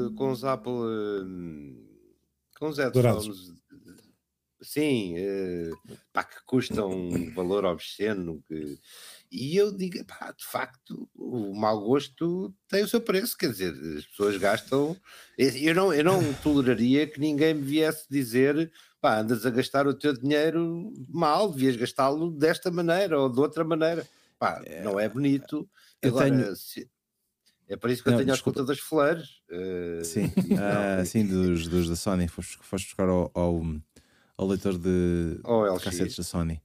headphones, sim, pá, que custam um valor obsceno. E eu digo, pá, de facto, o mau gosto tem o seu preço, quer dizer, as pessoas gastam. Eu não toleraria que ninguém me viesse dizer, pá, andas a gastar o teu dinheiro mal, devias gastá-lo desta maneira ou de outra maneira. Pá, não é bonito. Agora, é por isso que eu tenho a escuta das flores. Sim, sim, dos da Sony, foste buscar ao leitor de cassetes da Sony.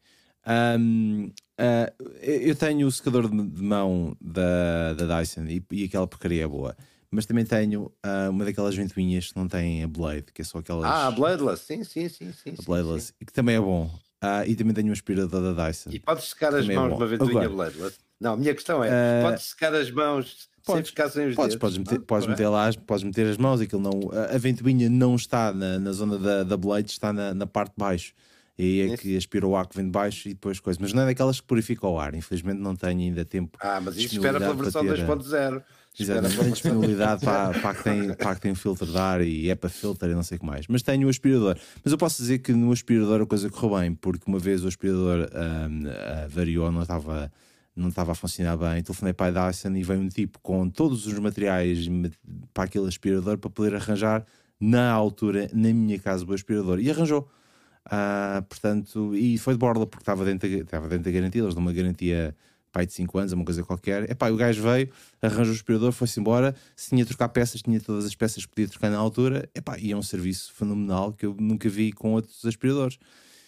Eu tenho o secador de mão da Dyson e aquela porcaria é boa, mas também tenho uma daquelas ventoinhas que não tem a Blade, que é só aquelas. A Bladeless, sim. A Bladeless, e que também é bom. E também tenho um aspirador da Dyson. E podes secar as mãos numa ventoinha Bladeless? Não, a minha questão é: podes secar as mãos sem ficar sem os dedos? Podes meter lá, podes meter as mãos, aquilo não, a ventoinha não está na zona da Blade, está na parte de baixo. E é que aspira o ar que vem de baixo e depois coisa. Mas não é daquelas que purificam o ar. Infelizmente não tenho ainda tempo. Mas isso espera pela versão 2.0. Exatamente, tenho disponibilidade para que tem um filtro de ar e HEPA filter e não sei o que mais. Mas tenho o aspirador. Mas eu posso dizer que no aspirador a coisa correu bem, porque uma vez o aspirador variou, não estava a funcionar bem. Telefonei para a Dyson e veio um tipo com todos os materiais para aquele aspirador para poder arranjar na altura, na minha casa, o aspirador. E arranjou. Portanto, e foi de borla porque estava dentro da garantia. Eles dão uma garantia de 5 anos, uma coisa qualquer. O gajo veio, arranjou o aspirador, foi-se embora. Se tinha de trocar peças, tinha todas as peças que podia trocar na altura. E é um serviço fenomenal que eu nunca vi com outros aspiradores.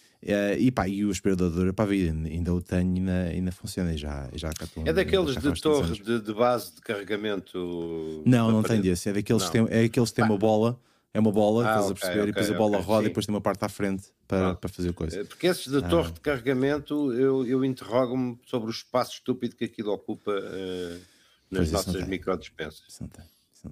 E o aspirador dura para a vida, ainda o tenho e ainda funciona. É daqueles de torre de base de carregamento? Não tem desse. É daqueles que têm uma bola. É uma bola, estás a perceber, e depois a bola roda, sim. E depois tem uma parte à frente para fazer coisa. Porque esses de torre de carregamento, eu interrogo-me sobre o espaço estúpido que aquilo ocupa nas nossas microdispensas. Isso não tem.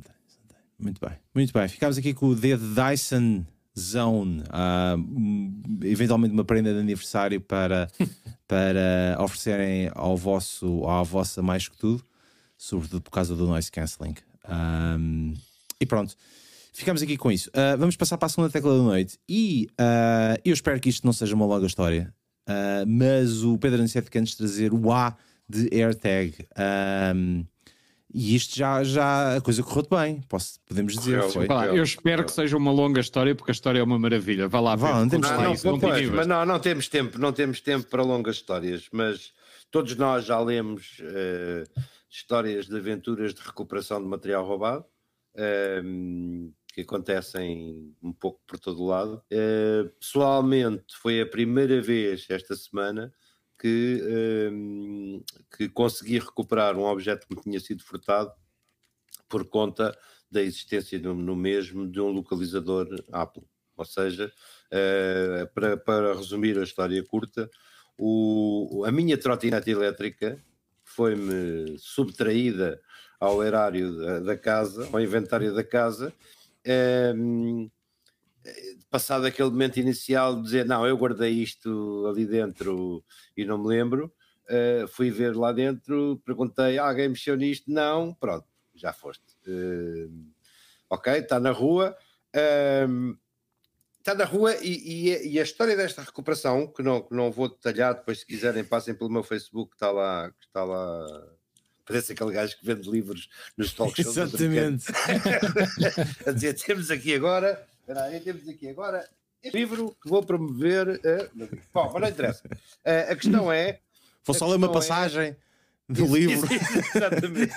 Muito bem. Ficámos aqui com o dedo Dyson Zone, eventualmente uma prenda de aniversário para oferecerem à vossa mais que tudo, sobretudo por causa do noise cancelling. E pronto. Ficamos aqui com isso. Vamos passar para a segunda tecla da noite. E eu espero que isto não seja uma longa história. Mas o Pedro Aniceto quer nos trazer o A de AirTag. E isto já a coisa correu bem. Podemos dizer. Eu espero que seja uma longa história, porque a história é uma maravilha. Vá lá, não temos tempo. Mas não temos tempo para longas histórias. Mas todos nós já lemos histórias de aventuras de recuperação de material roubado. Que acontecem um pouco por todo o lado. Pessoalmente, foi a primeira vez esta semana que consegui recuperar um objeto que me tinha sido furtado por conta da existência no mesmo de um localizador Apple. Ou seja, para resumir a história curta, a minha trotinete elétrica foi-me subtraída ao erário da casa, ao inventário da casa, passado aquele momento inicial de dizer, não, eu guardei isto ali dentro e não me lembro, fui ver lá dentro, perguntei, alguém mexeu nisto? Não, pronto, já foste. Ok, está na rua. Está na rua e a história desta recuperação, que não vou detalhar, depois se quiserem passem pelo meu Facebook, que está lá, parece aquele gajo que vende livros nos talk shows. Exatamente. A dizer, temos aqui agora este livro que vou promover. Bom, mas não interessa. A questão é... Vou só ler uma passagem do livro. Exatamente.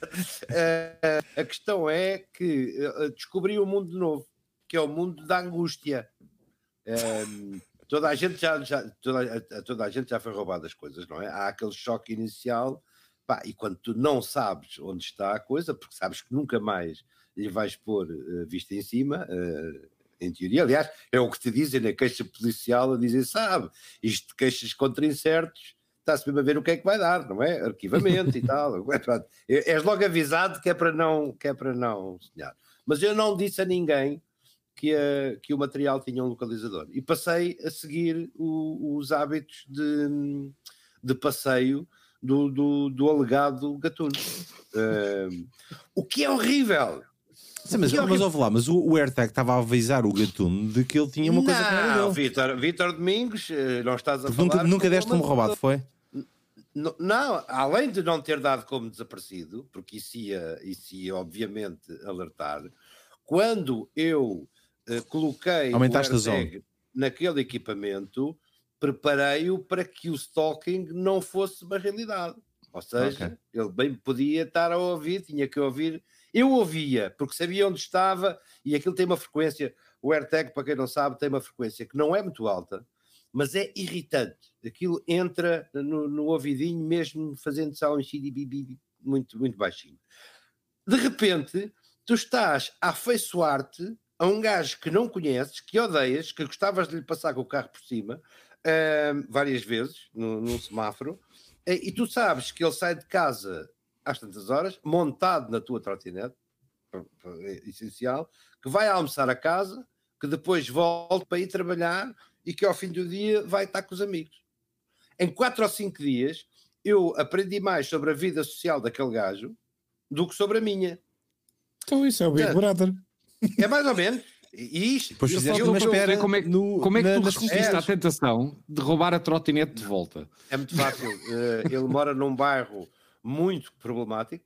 A questão é que descobri um mundo novo, que é o mundo da angústia. Toda a gente já foi roubada as coisas, não é? Há aquele choque inicial, pá, e quando tu não sabes onde está a coisa, porque sabes que nunca mais lhe vais pôr vista em cima, em teoria, aliás, é o que te dizem na queixa policial, a dizer, sabe, isto de queixas contra incertos, está-se mesmo a ver o que é que vai dar, não é? Arquivamento e tal. És logo avisado que é para não sonhar. Mas eu não disse a ninguém que o material tinha um localizador. E passei a seguir os hábitos de passeio do alegado gatuno. O que é horrível. Sim, mas ouve lá, mas o AirTag estava a avisar o gatuno de que ele tinha uma coisa que não era dele. Vítor Domingos, não estás a falar... Nunca deste como roubado, foi? Não, além de não ter dado como desaparecido, porque isso ia obviamente alertar, quando eu coloquei aumentaste o a AirTag naquele equipamento, preparei-o para que o stalking não fosse uma realidade. Ou seja, ele bem podia estar a ouvir, tinha que ouvir. Eu ouvia, porque sabia onde estava, e aquilo tem uma frequência, o AirTag, para quem não sabe, tem uma frequência que não é muito alta, mas é irritante. Aquilo entra no ouvidinho, mesmo fazendo só um xiribibi muito, muito baixinho. De repente, tu estás a afeiçoar-te a um gajo que não conheces, que odeias, que gostavas de lhe passar com o carro por cima, várias vezes, num semáforo, e tu sabes que ele sai de casa às tantas horas, montado na tua trotinete, essencial, que vai almoçar a casa, que depois volta para ir trabalhar e que ao fim do dia vai estar com os amigos. Em 4 ou 5 dias, eu aprendi mais sobre a vida social daquele gajo do que sobre a minha. Então isso é o Big Brother. É mais ou menos. E isto, depois fizeste uma espera como é que tu resististe à tentação de roubar a trotinete de volta? É muito fácil. Ele mora num bairro muito problemático,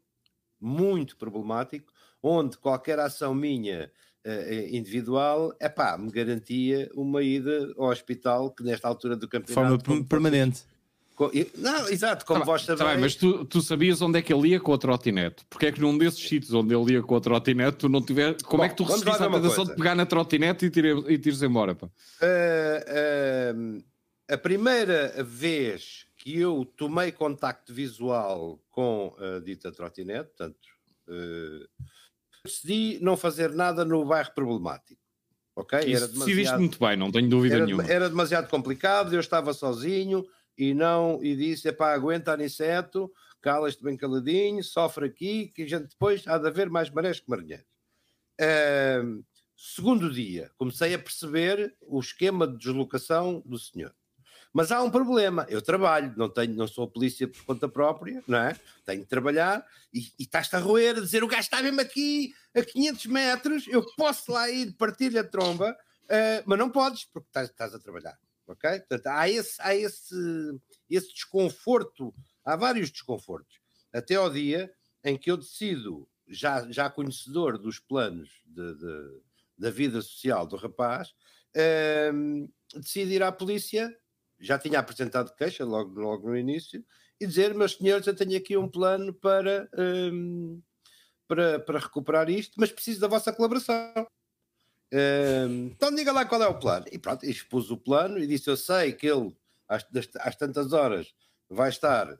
onde qualquer ação minha individual, me garantia uma ida ao hospital, que nesta altura do campeonato... De forma permanente. Não, exato, como vós sabem. Tá bem, mas tu sabias onde é que ele ia com a trotinete? Porque é que num desses sítios onde ele ia com a trotinete tu não tiver... Como é que tu resististe à tentação de pegar na trotinete e tires embora? Pá? A primeira vez que eu tomei contacto visual com a dita trotinete, portanto, decidi não fazer nada no bairro problemático. Ok? Decidiste muito bem, não tenho dúvida nenhuma. Era demasiado complicado, eu estava sozinho e disse, aguenta, Aniceto, cala-te bem caladinho, sofre aqui, que a gente depois há de haver mais marés que marinheiros. Segundo dia, comecei a perceber o esquema de deslocação do senhor. Mas há um problema, eu trabalho, não sou polícia por conta própria, não é? Tenho de trabalhar e estás-te a roer, a dizer, o gajo está mesmo aqui a 500 metros, eu posso lá ir partir-lhe a tromba, mas não podes, porque estás a trabalhar, ok? Portanto, há esse desconforto, há vários desconfortos, até ao dia em que eu decido, já conhecedor dos planos da vida social do rapaz, decido ir à polícia. Já tinha apresentado queixa logo no início e dizer, meus senhores, eu tenho aqui um plano para recuperar isto, mas preciso da vossa colaboração. Então diga lá qual é o plano. E pronto, expus o plano e disse, eu sei que ele às tantas horas vai estar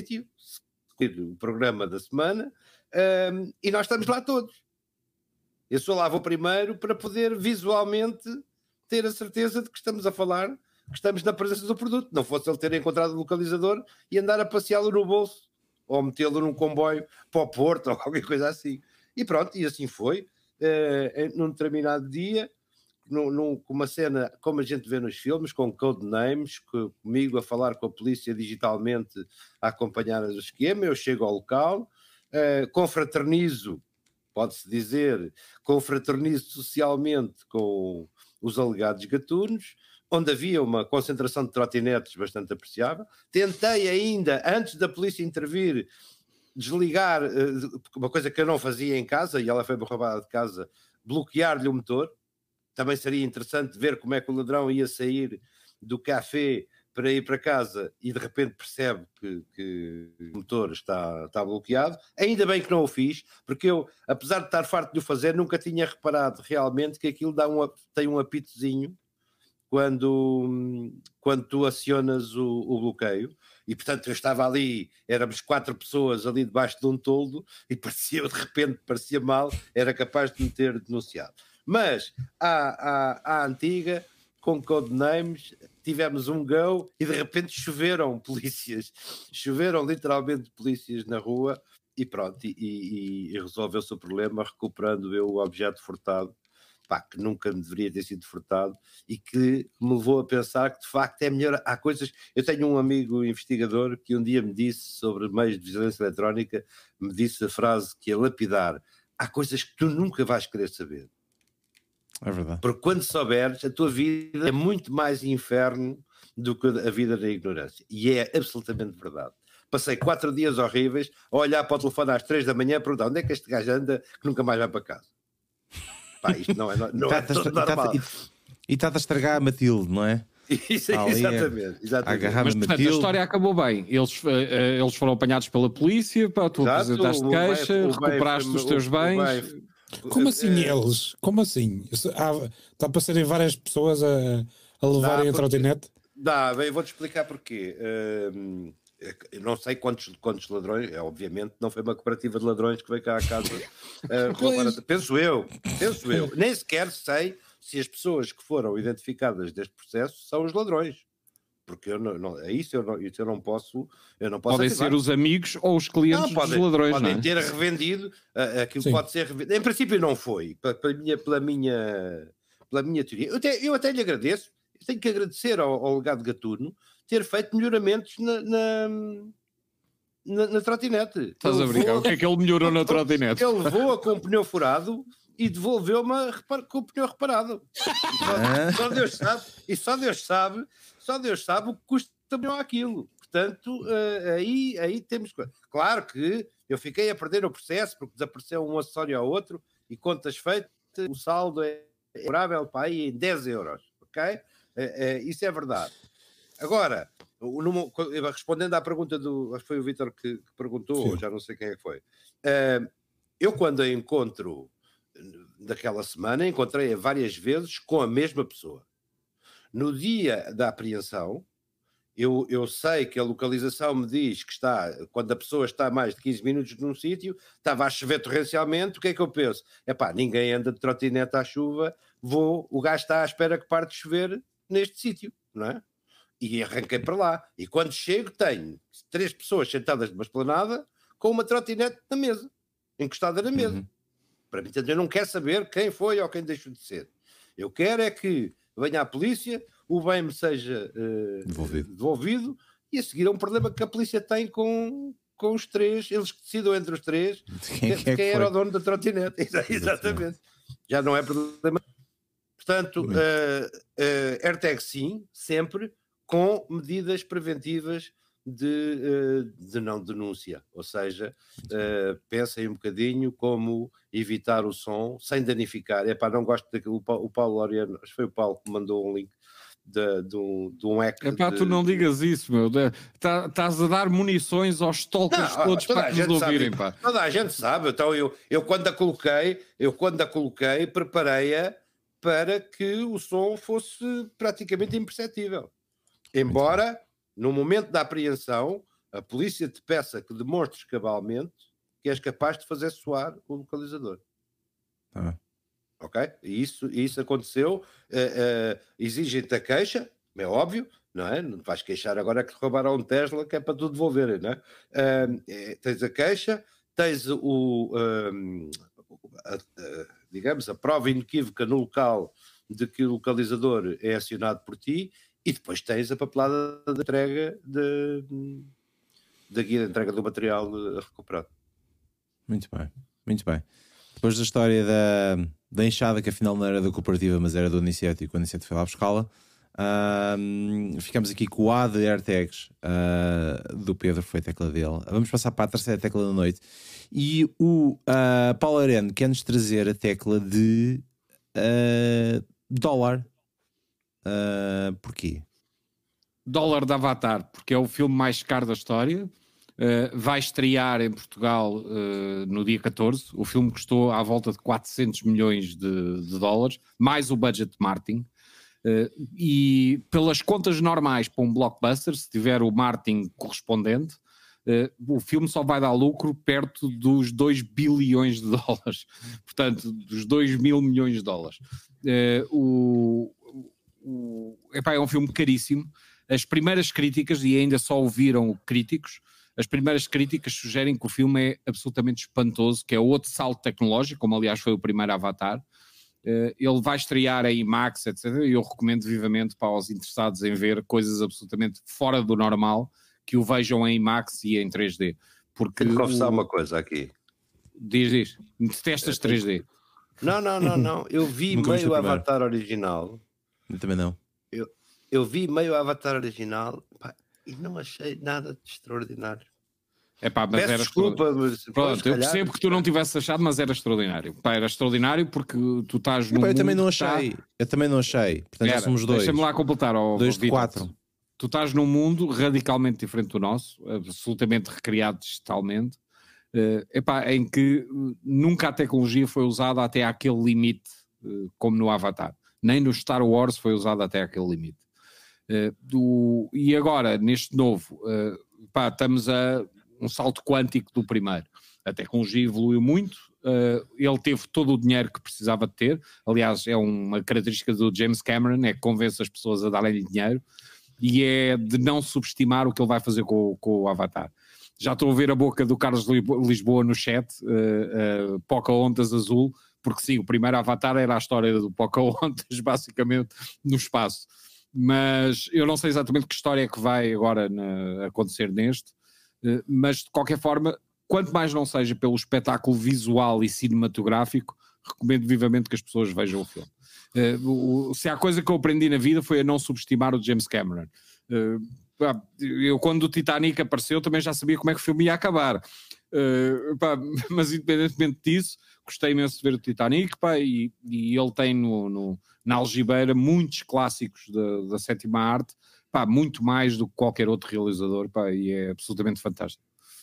o programa da semana, e nós estamos lá todos. Eu só lá vou primeiro para poder visualmente ter a certeza de que estamos a falar, que estamos na presença do produto. Não fosse ele ter encontrado o localizador e andar a passeá-lo no bolso, ou metê-lo num comboio para o Porto, ou qualquer coisa assim. E pronto, e assim foi. Num determinado dia, com uma cena como a gente vê nos filmes, com codenames, comigo a falar com a polícia digitalmente, a acompanhar o esquema, eu chego ao local, confraternizo, pode-se dizer, confraternizo socialmente com os alegados gatunos, onde havia uma concentração de trotinetes bastante apreciável. Tentei ainda, antes da polícia intervir, desligar, uma coisa que eu não fazia em casa, e ela foi roubada de casa, bloquear-lhe o motor. Também seria interessante ver como é que o ladrão ia sair do café para ir para casa e de repente percebe que o motor está bloqueado. Ainda bem que não o fiz, porque eu, apesar de estar farto de o fazer, nunca tinha reparado realmente que aquilo tem um apitozinho quando tu acionas o bloqueio. E portanto eu estava ali, éramos 4 pessoas ali debaixo de um toldo e de repente parecia mal, era capaz de me ter denunciado. Mas à antiga, com codenames, tivemos um go e de repente choveram literalmente polícias na rua e pronto, e resolveu-se o problema, recuperando eu o objeto furtado, que nunca me deveria ter sido furtado e que me levou a pensar que de facto é melhor. Há coisas. Eu tenho um amigo investigador que um dia me disse sobre meios de vigilância eletrónica, me disse a frase que é lapidar: há coisas que tu nunca vais querer saber. É verdade. Porque quando souberes, a tua vida é muito mais inferno do que a vida da ignorância. E é absolutamente verdade. Passei 4 dias horríveis a olhar para o telefone às 3 da manhã a perguntar onde é que este gajo anda que nunca mais vai para casa. Isto não é todo normal. E está-te a estragar a Matilde, não é? Exatamente. Mas portanto, a história acabou bem. Eles foram apanhados pela polícia, tu apresentaste queixa, recuperaste os teus bens. Como assim eles? Como assim? Está para serem várias pessoas a levarem a trotinete? Eu vou-te explicar porquê. Eu não sei quantos ladrões, obviamente não foi uma cooperativa de ladrões que veio cá à casa roubar. Penso eu. Nem sequer sei se as pessoas que foram identificadas deste processo são os ladrões. Porque isso eu não posso podem afirmar. ser os amigos ou os clientes dos ladrões. Podem ter revendido, aquilo Sim. Pode ser revendido. Em princípio não foi, pela minha teoria. Eu até lhe agradeço, eu tenho que agradecer ao legado gatuno ter feito melhoramentos na trotinete. Estás a brincar? O que é que ele melhorou na trotinete? Ele levou-a com o pneu furado e devolveu-me com o pneu reparado. Só Deus sabe o que custa aquilo. Portanto, aí temos... Claro que eu fiquei a perder o processo porque desapareceu um acessório ao outro e contas feitas, o saldo é favorável para aí em 10 euros. Ok? Isso é verdade. Agora, respondendo à pergunta acho que foi o Vítor que perguntou, já não sei quem é que foi. Eu quando a encontro daquela semana, encontrei-a várias vezes com a mesma pessoa. No dia da apreensão, eu sei que a localização me diz que quando a pessoa está mais de 15 minutos num sítio, estava a chover torrencialmente, o que é que eu penso? Ninguém anda de trotinete à chuva, o gajo está à espera que pare de chover neste sítio, não é? E arranquei para lá. E quando chego, tenho 3 pessoas sentadas numa esplanada com uma trotinete na mesa, encostada na mesa. Para mim, eu não quero saber quem foi ou quem deixou de ser. Eu quero é que venha a polícia, o bem me seja devolvido e a seguir é um problema que a polícia tem com os 3, eles que decidam entre os 3 quem era o dono da trotinete. Exatamente. Já não é problema. Portanto, AirTag sim, sempre, com medidas preventivas de não denúncia, ou seja, pensem um bocadinho como evitar o som sem danificar. Não gosto daquilo. O Paulo Laureano, acho que foi o Paulo que mandou um link de um hack. Tu não digas isso, meu. Estás a dar munições aos stalkers todos para que nos ouvirem. Toda a gente sabe. Então eu quando a coloquei, preparei-a para que o som fosse praticamente imperceptível. Embora, no momento da apreensão, a polícia te peça que demonstres cabalmente que és capaz de fazer soar o localizador. Ok? E isso aconteceu. Exigem-te a queixa, é óbvio, não é? Não te vais queixar agora que te roubaram um Tesla, que é para tu devolverem, não é? Tens a queixa, tens digamos, a prova inequívoca no local de que o localizador é acionado por ti, e depois tens a papelada da entrega da guia de entrega do material recuperado. Muito bem, muito bem. Depois da história da enxada, que afinal não era da cooperativa, mas era do Aniceto, e quando o Aniceto foi lá buscá-la, ficamos aqui com o A de AirTags do Pedro, foi a tecla dele. Vamos passar para a terceira tecla da noite. E o Paulo Areno quer-nos trazer a tecla de dólar. Porquê? Dólar de Avatar, porque é o filme mais caro da história. Vai estrear em Portugal no dia 14. O filme custou à volta de 400 milhões de dólares, mais o budget de marketing. E pelas contas normais para um blockbuster, se tiver o marketing correspondente, o filme só vai dar lucro perto dos 2 bilhões de dólares. Portanto, dos 2 mil milhões de dólares. É um filme caríssimo. As primeiras críticas, e ainda só ouviram críticos, as primeiras críticas sugerem que o filme é absolutamente espantoso, que é outro salto tecnológico, como aliás foi o primeiro Avatar. Ele vai estrear em IMAX, etc. E eu recomendo vivamente para os interessados em ver coisas absolutamente fora do normal, que o vejam em IMAX e em 3D. Porque Tenho que confessar uma coisa aqui. Diz. Detestas 3D. Não. Eu vi meio Avatar original. Eu também não. Eu vi meio Avatar original, pá, e não achei nada de extraordinário. Mas peço era desculpa, mas pronto, eu percebo que tu não tivesses achado, mas era extraordinário. Era extraordinário porque tu estás no eu também não achei. Eu também não achei. Portanto, já somos dois. Deixa-me lá completar. 2 de 4. Tu estás num mundo radicalmente diferente do nosso, absolutamente recriado digitalmente, em que nunca a tecnologia foi usada até àquele limite, como no Avatar. Nem no Star Wars foi usada até àquele limite. E agora, neste novo, estamos a um salto quântico do primeiro. A tecnologia evoluiu muito, ele teve todo o dinheiro que precisava de ter. Aliás, é uma característica do James Cameron, é que convence as pessoas a darem-lhe dinheiro, e é de não subestimar o que ele vai fazer com o Avatar. Já estou a ver a boca do Carlos Lisboa no chat, Pocahontas azul, porque sim, o primeiro Avatar era a história do Pocahontas, basicamente, no espaço. Mas eu não sei exatamente que história é que vai agora acontecer neste, mas de qualquer forma, quanto mais não seja pelo espetáculo visual e cinematográfico, recomendo vivamente que as pessoas vejam o filme. Se há coisa que eu aprendi na vida foi a não subestimar o James Cameron. Eu, quando o Titanic apareceu, também já sabia como é que o filme ia acabar. Mas independentemente disso, gostei imenso de ver o Titanic, e ele tem na algibeira muitos clássicos da sétima arte, muito mais do que qualquer outro realizador, e é absolutamente fantástico.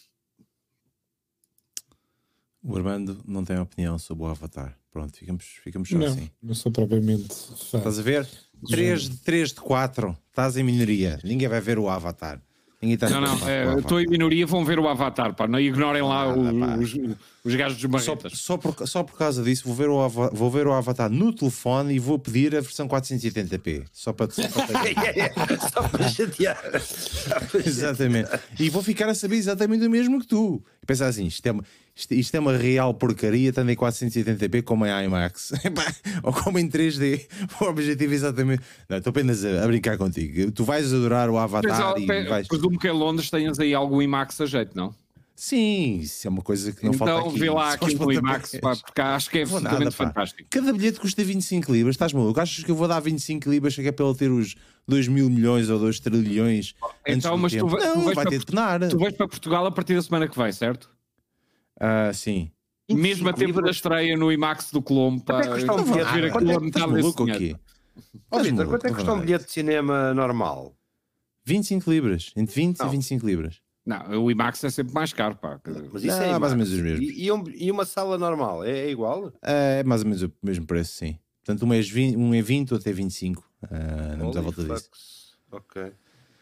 O Armando não tem opinião sobre o Avatar. Pronto, ficamos só assim. Não sou propriamente fã. Estás a ver? 3 de 4. Estás em minoria. Ninguém vai ver o Avatar. Não, estou em minoria, vão ver o Avatar, não ignorem lá os gajos dos marretas. Só por causa disso vou ver o Avatar no telefone e vou pedir a versão 480p. Só para chatear. Exatamente. E vou ficar a saber exatamente o mesmo que tu. E pensar assim, isto é uma real porcaria, tanto em 480p como em IMAX. Ou como em 3D. O objetivo é exatamente... Não, estou apenas a brincar contigo. Tu vais adorar o Avatar Presumo que em Londres tenhas aí algum IMAX a jeito, não? Sim, isso é uma coisa que não falta aqui. Então vê lá aqui no IMAX, porque acho que é absolutamente fantástico. Cada bilhete custa 25 libras, estás maluco? Achas que eu vou dar 25 libras que é para ele ter os 2 mil milhões ou 2 trilhões? Então, mas tu vai ter de penar. Tu vais para Portugal a partir da semana que vem, certo? Sim. Mesmo a tempo da estreia no IMAX do Colombo, para ver aquilo a metade desse dinheiro. Quanto é que custa um bilhete de cinema normal? 25 libras, entre 20 e 25 libras. Não, o IMAX é sempre mais caro, Mas isso é mais ou menos os mesmos. E uma sala normal, é igual? É mais ou menos o mesmo preço, sim. Portanto, um é 20, outro é 25. Andamos à volta disso. Ok.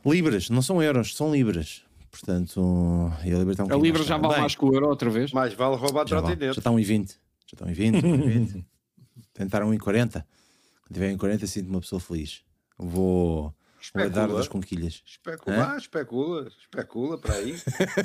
Libras, não são euros, são libras. Portanto, e a libra está a libra já vale mais que o euro outra vez. Mais vale roubar trotinete. Já está 1,20. Já estão em 20. Tentaram 1,40. Quando tiver 1,40 sinto uma pessoa feliz. Vou dar das conquilhas. Especula para aí.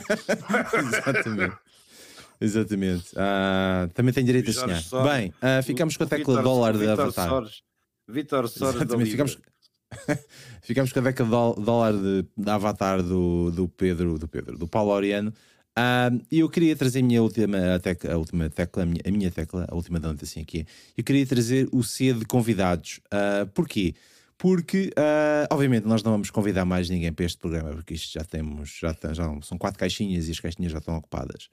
Exatamente. Também tem direito a sonhar. Bem, ficamos com a tecla dólar de Avatar. Vítor Soros da Libra. Ficamos com a tecla dólar de Avatar do Paulo Laureano. E eu queria trazer a minha última tecla, a última da notícia aqui. Eu queria trazer o C de convidados. Porquê? Porque, obviamente, nós não vamos convidar mais ninguém para este programa, porque isto já são 4 caixinhas e as caixinhas já estão ocupadas.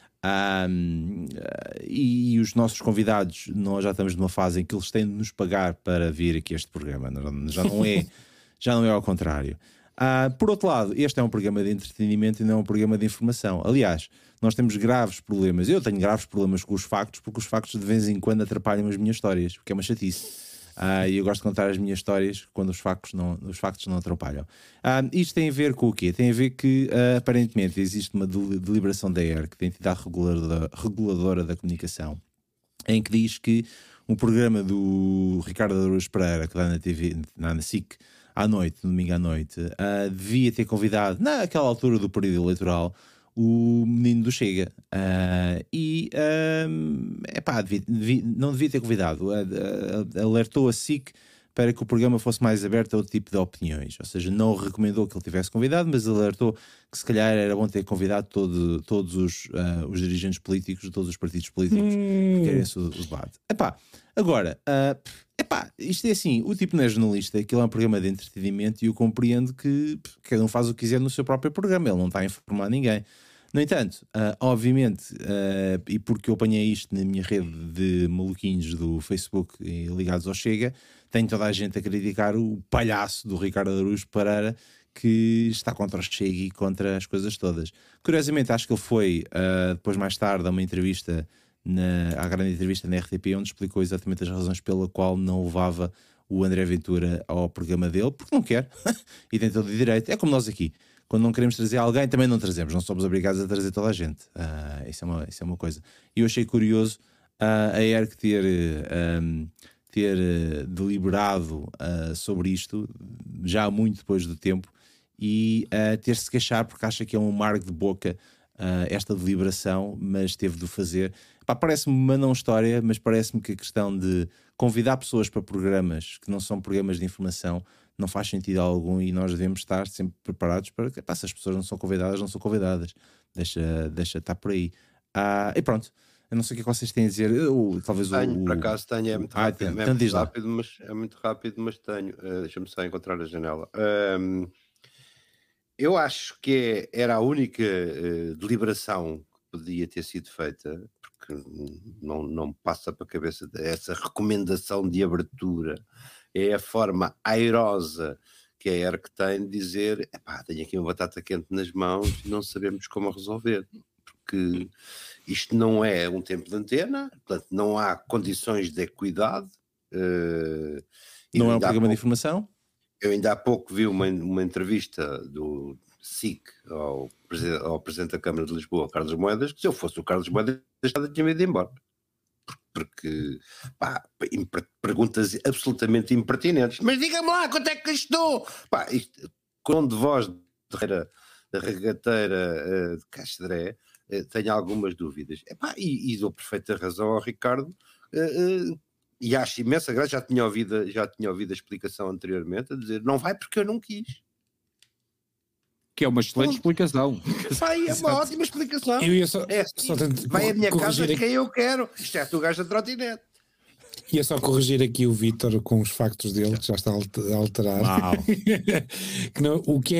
E os nossos convidados, nós já estamos numa fase em que eles têm de nos pagar para vir aqui a este programa. Já não é ao contrário. Por outro lado, este é um programa de entretenimento e não é um programa de informação. Aliás, nós temos graves problemas. Eu tenho graves problemas com os factos, porque os factos de vez em quando atrapalham as minhas histórias, o que é uma chatice. E eu gosto de contar as minhas histórias quando os factos não atrapalham. Isto tem a ver com o quê? Tem a ver que aparentemente existe uma deliberação da ERC, da entidade reguladora da comunicação, em que diz que um programa do Ricardo Araújo Pereira, que dá na TV, na SIC, à noite, no domingo à noite, devia ter convidado, naquela altura do período eleitoral, o menino do Chega. Não devia ter convidado. Alertou a SIC para que o programa fosse mais aberto a outro tipo de opiniões. Ou seja, não recomendou que ele tivesse convidado, mas alertou que se calhar era bom ter convidado todos os dirigentes políticos de todos os partidos políticos que querem o debate. Agora, isto é assim, o tipo não é jornalista, aquilo é um programa de entretenimento e eu compreendo que cada um faz o que quiser no seu próprio programa, ele não está a informar ninguém. No entanto, obviamente, e porque eu apanhei isto na minha rede de maluquinhos do Facebook ligados ao Chega, tenho toda a gente a criticar o palhaço do Ricardo Araújo Pereira, que está contra o Chega e contra as coisas todas. Curiosamente, acho que ele foi, depois mais tarde, a uma entrevista, à grande entrevista na RTP, onde explicou exatamente as razões pela qual não levava o André Ventura ao programa dele, porque não quer, e tem todo o direito. É como nós aqui. Quando não queremos trazer alguém, também não trazemos. Não somos obrigados a trazer toda a gente. Isso é uma coisa. E eu achei curioso a ERC ter deliberado sobre isto, já muito depois do tempo, e ter-se queixar porque acha que é um amargo de boca esta deliberação, mas teve de o fazer. Parece-me uma não história, mas parece-me que a questão de convidar pessoas para programas que não são programas de informação não faz sentido algum, e nós devemos estar sempre preparados para que, se as pessoas não são convidadas, deixa estar por aí. E pronto, eu não sei o que é que vocês têm a dizer. Talvez por acaso tenho, é muito rápido, mas tenho. Deixa-me só encontrar a janela. Eu acho que era a única deliberação que podia ter sido feita, porque não passa para a cabeça essa recomendação de abertura. É a forma airosa que a ERC tem de dizer: tenho aqui uma batata quente nas mãos e não sabemos como resolver, porque isto não é um tempo de antena, portanto não há condições de equidade. Não é um programa de informação? Eu ainda há pouco vi uma entrevista do SIC ao Presidente da Câmara de Lisboa, Carlos Moedas, que se eu fosse o Carlos Moedas já tinha ido embora. Porque perguntas absolutamente impertinentes. Mas diga-me lá, quanto é que estou? Isto, com de voz da regateira de Castedré, tenho algumas dúvidas. E dou perfeita razão ao Ricardo, e acho imensa graça. Já tinha ouvido a explicação anteriormente, a dizer: não vai porque eu não quis. Que é uma excelente explicação. É uma ótima explicação. Vai à minha casa quem eu quero, exceto o gajo da trotinete. Ia só corrigir aqui o Vítor com os factos dele, que já está a alterar. Que não, o que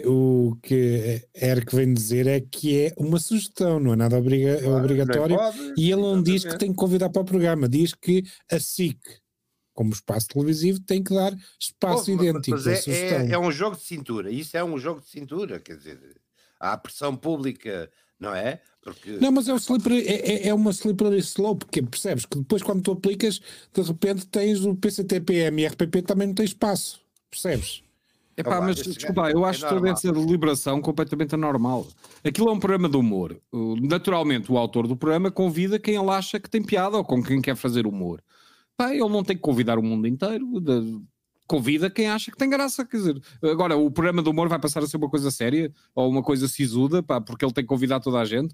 a ERC vem dizer é que é uma sugestão, não é nada obrigatório. E ele não diz que tem que convidar para o programa, diz que a SIC, como espaço televisivo, tem que dar espaço idêntico. Mas é um jogo de cintura. Isso é um jogo de cintura. Quer dizer, há a pressão pública, não é? Não, mas é uma slippery slope, porque percebes que depois, quando tu aplicas, de repente tens o PCTPM e RPP também não tem espaço. Percebes? Epá, mas desculpa, eu acho toda essa deliberação completamente anormal. Aquilo é um programa de humor. Naturalmente, o autor do programa convida quem ele acha que tem piada ou com quem quer fazer humor. Pá, ele não tem que convidar o mundo inteiro. Convida quem acha que tem graça. Quer dizer, agora, o programa de humor vai passar a ser uma coisa séria ou uma coisa sisuda, pá, porque ele tem que convidar toda a gente.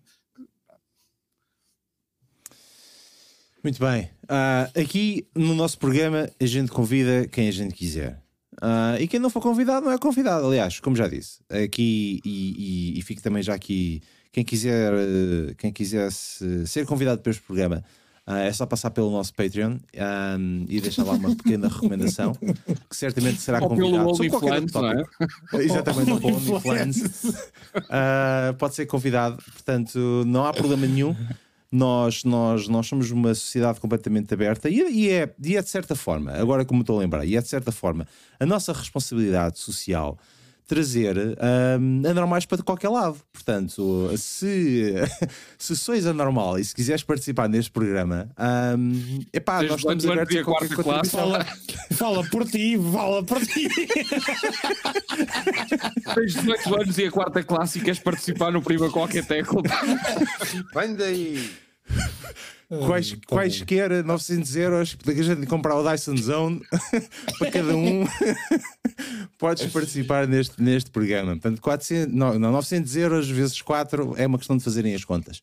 Muito bem. Aqui no nosso programa a gente convida quem a gente quiser. E quem não for convidado não é convidado, aliás, como já disse. Aqui e fico também já aqui. Quem quiser ser convidado para este programa, é só passar pelo nosso Patreon e deixar lá uma pequena recomendação que certamente será convidado. Ou pelo OnlyFans, não é? Exatamente, ou pelo OnlyFans. Pode ser convidado, portanto não há problema nenhum. Nós somos uma sociedade completamente aberta e é de certa forma, agora como estou a lembrar, e é de certa forma a nossa responsabilidade social trazer anormais para qualquer lado. Portanto, se sois anormal e se quiseres participar neste programa, nós estamos abertos a qualquer contribuição. Fala por ti. Tens 18 anos e a quarta classe e queres participar no Prima Qualquer Tecla. Vem daí. Quaisquer 900 euros para que a gente comprar o Dyson Zone para cada um. Podes participar neste programa. Portanto, 900 euros vezes 4 é uma questão de fazerem as contas.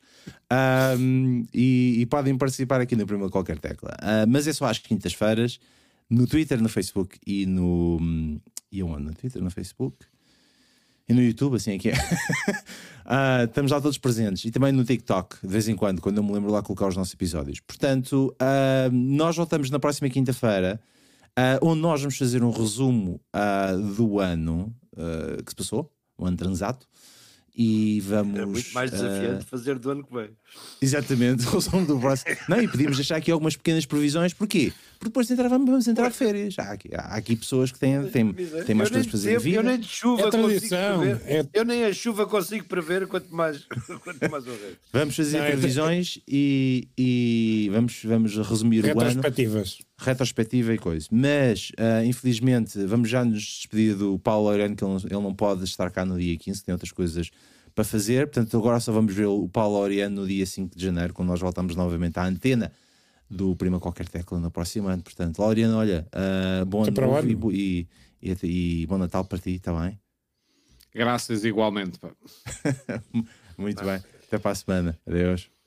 E podem participar aqui no Prima Qualquer Tecla. Mas é só às quintas-feiras, no Twitter, no Facebook e no. E onde? No Twitter, no Facebook e no YouTube, assim é que é. Estamos lá todos presentes. E também no TikTok, de vez em quando eu me lembro lá de colocar os nossos episódios. Portanto, nós voltamos na próxima quinta-feira, onde nós vamos fazer um resumo do ano que se passou, o ano transato. E vamos. É muito mais desafiante fazer do ano que vem. Exatamente, o resumo do próximo. Não, e podíamos deixar aqui algumas pequenas previsões. Porquê? Porque depois de entrar, vamos entrar de férias. Há aqui pessoas que têm mais coisas para fazer na vida. Eu nem de chuva consigo prever. Eu nem a chuva consigo prever, quanto mais o resto. Vamos fazer previsões e vamos resumir o ano. Retrospectiva e coisa. Mas, infelizmente, vamos já nos despedir do Paulo Laureano, que ele não pode estar cá no dia 15, tem outras coisas para fazer. Portanto, agora só vamos ver o Paulo Laureano no dia 5 de janeiro, quando nós voltamos novamente à antena do Prima Qualquer Tecla no próximo ano. Portanto, Laureano, olha, bom ano novo e bom Natal para ti, está bem? Graças igualmente. Muito bem. Até para a semana. Adeus.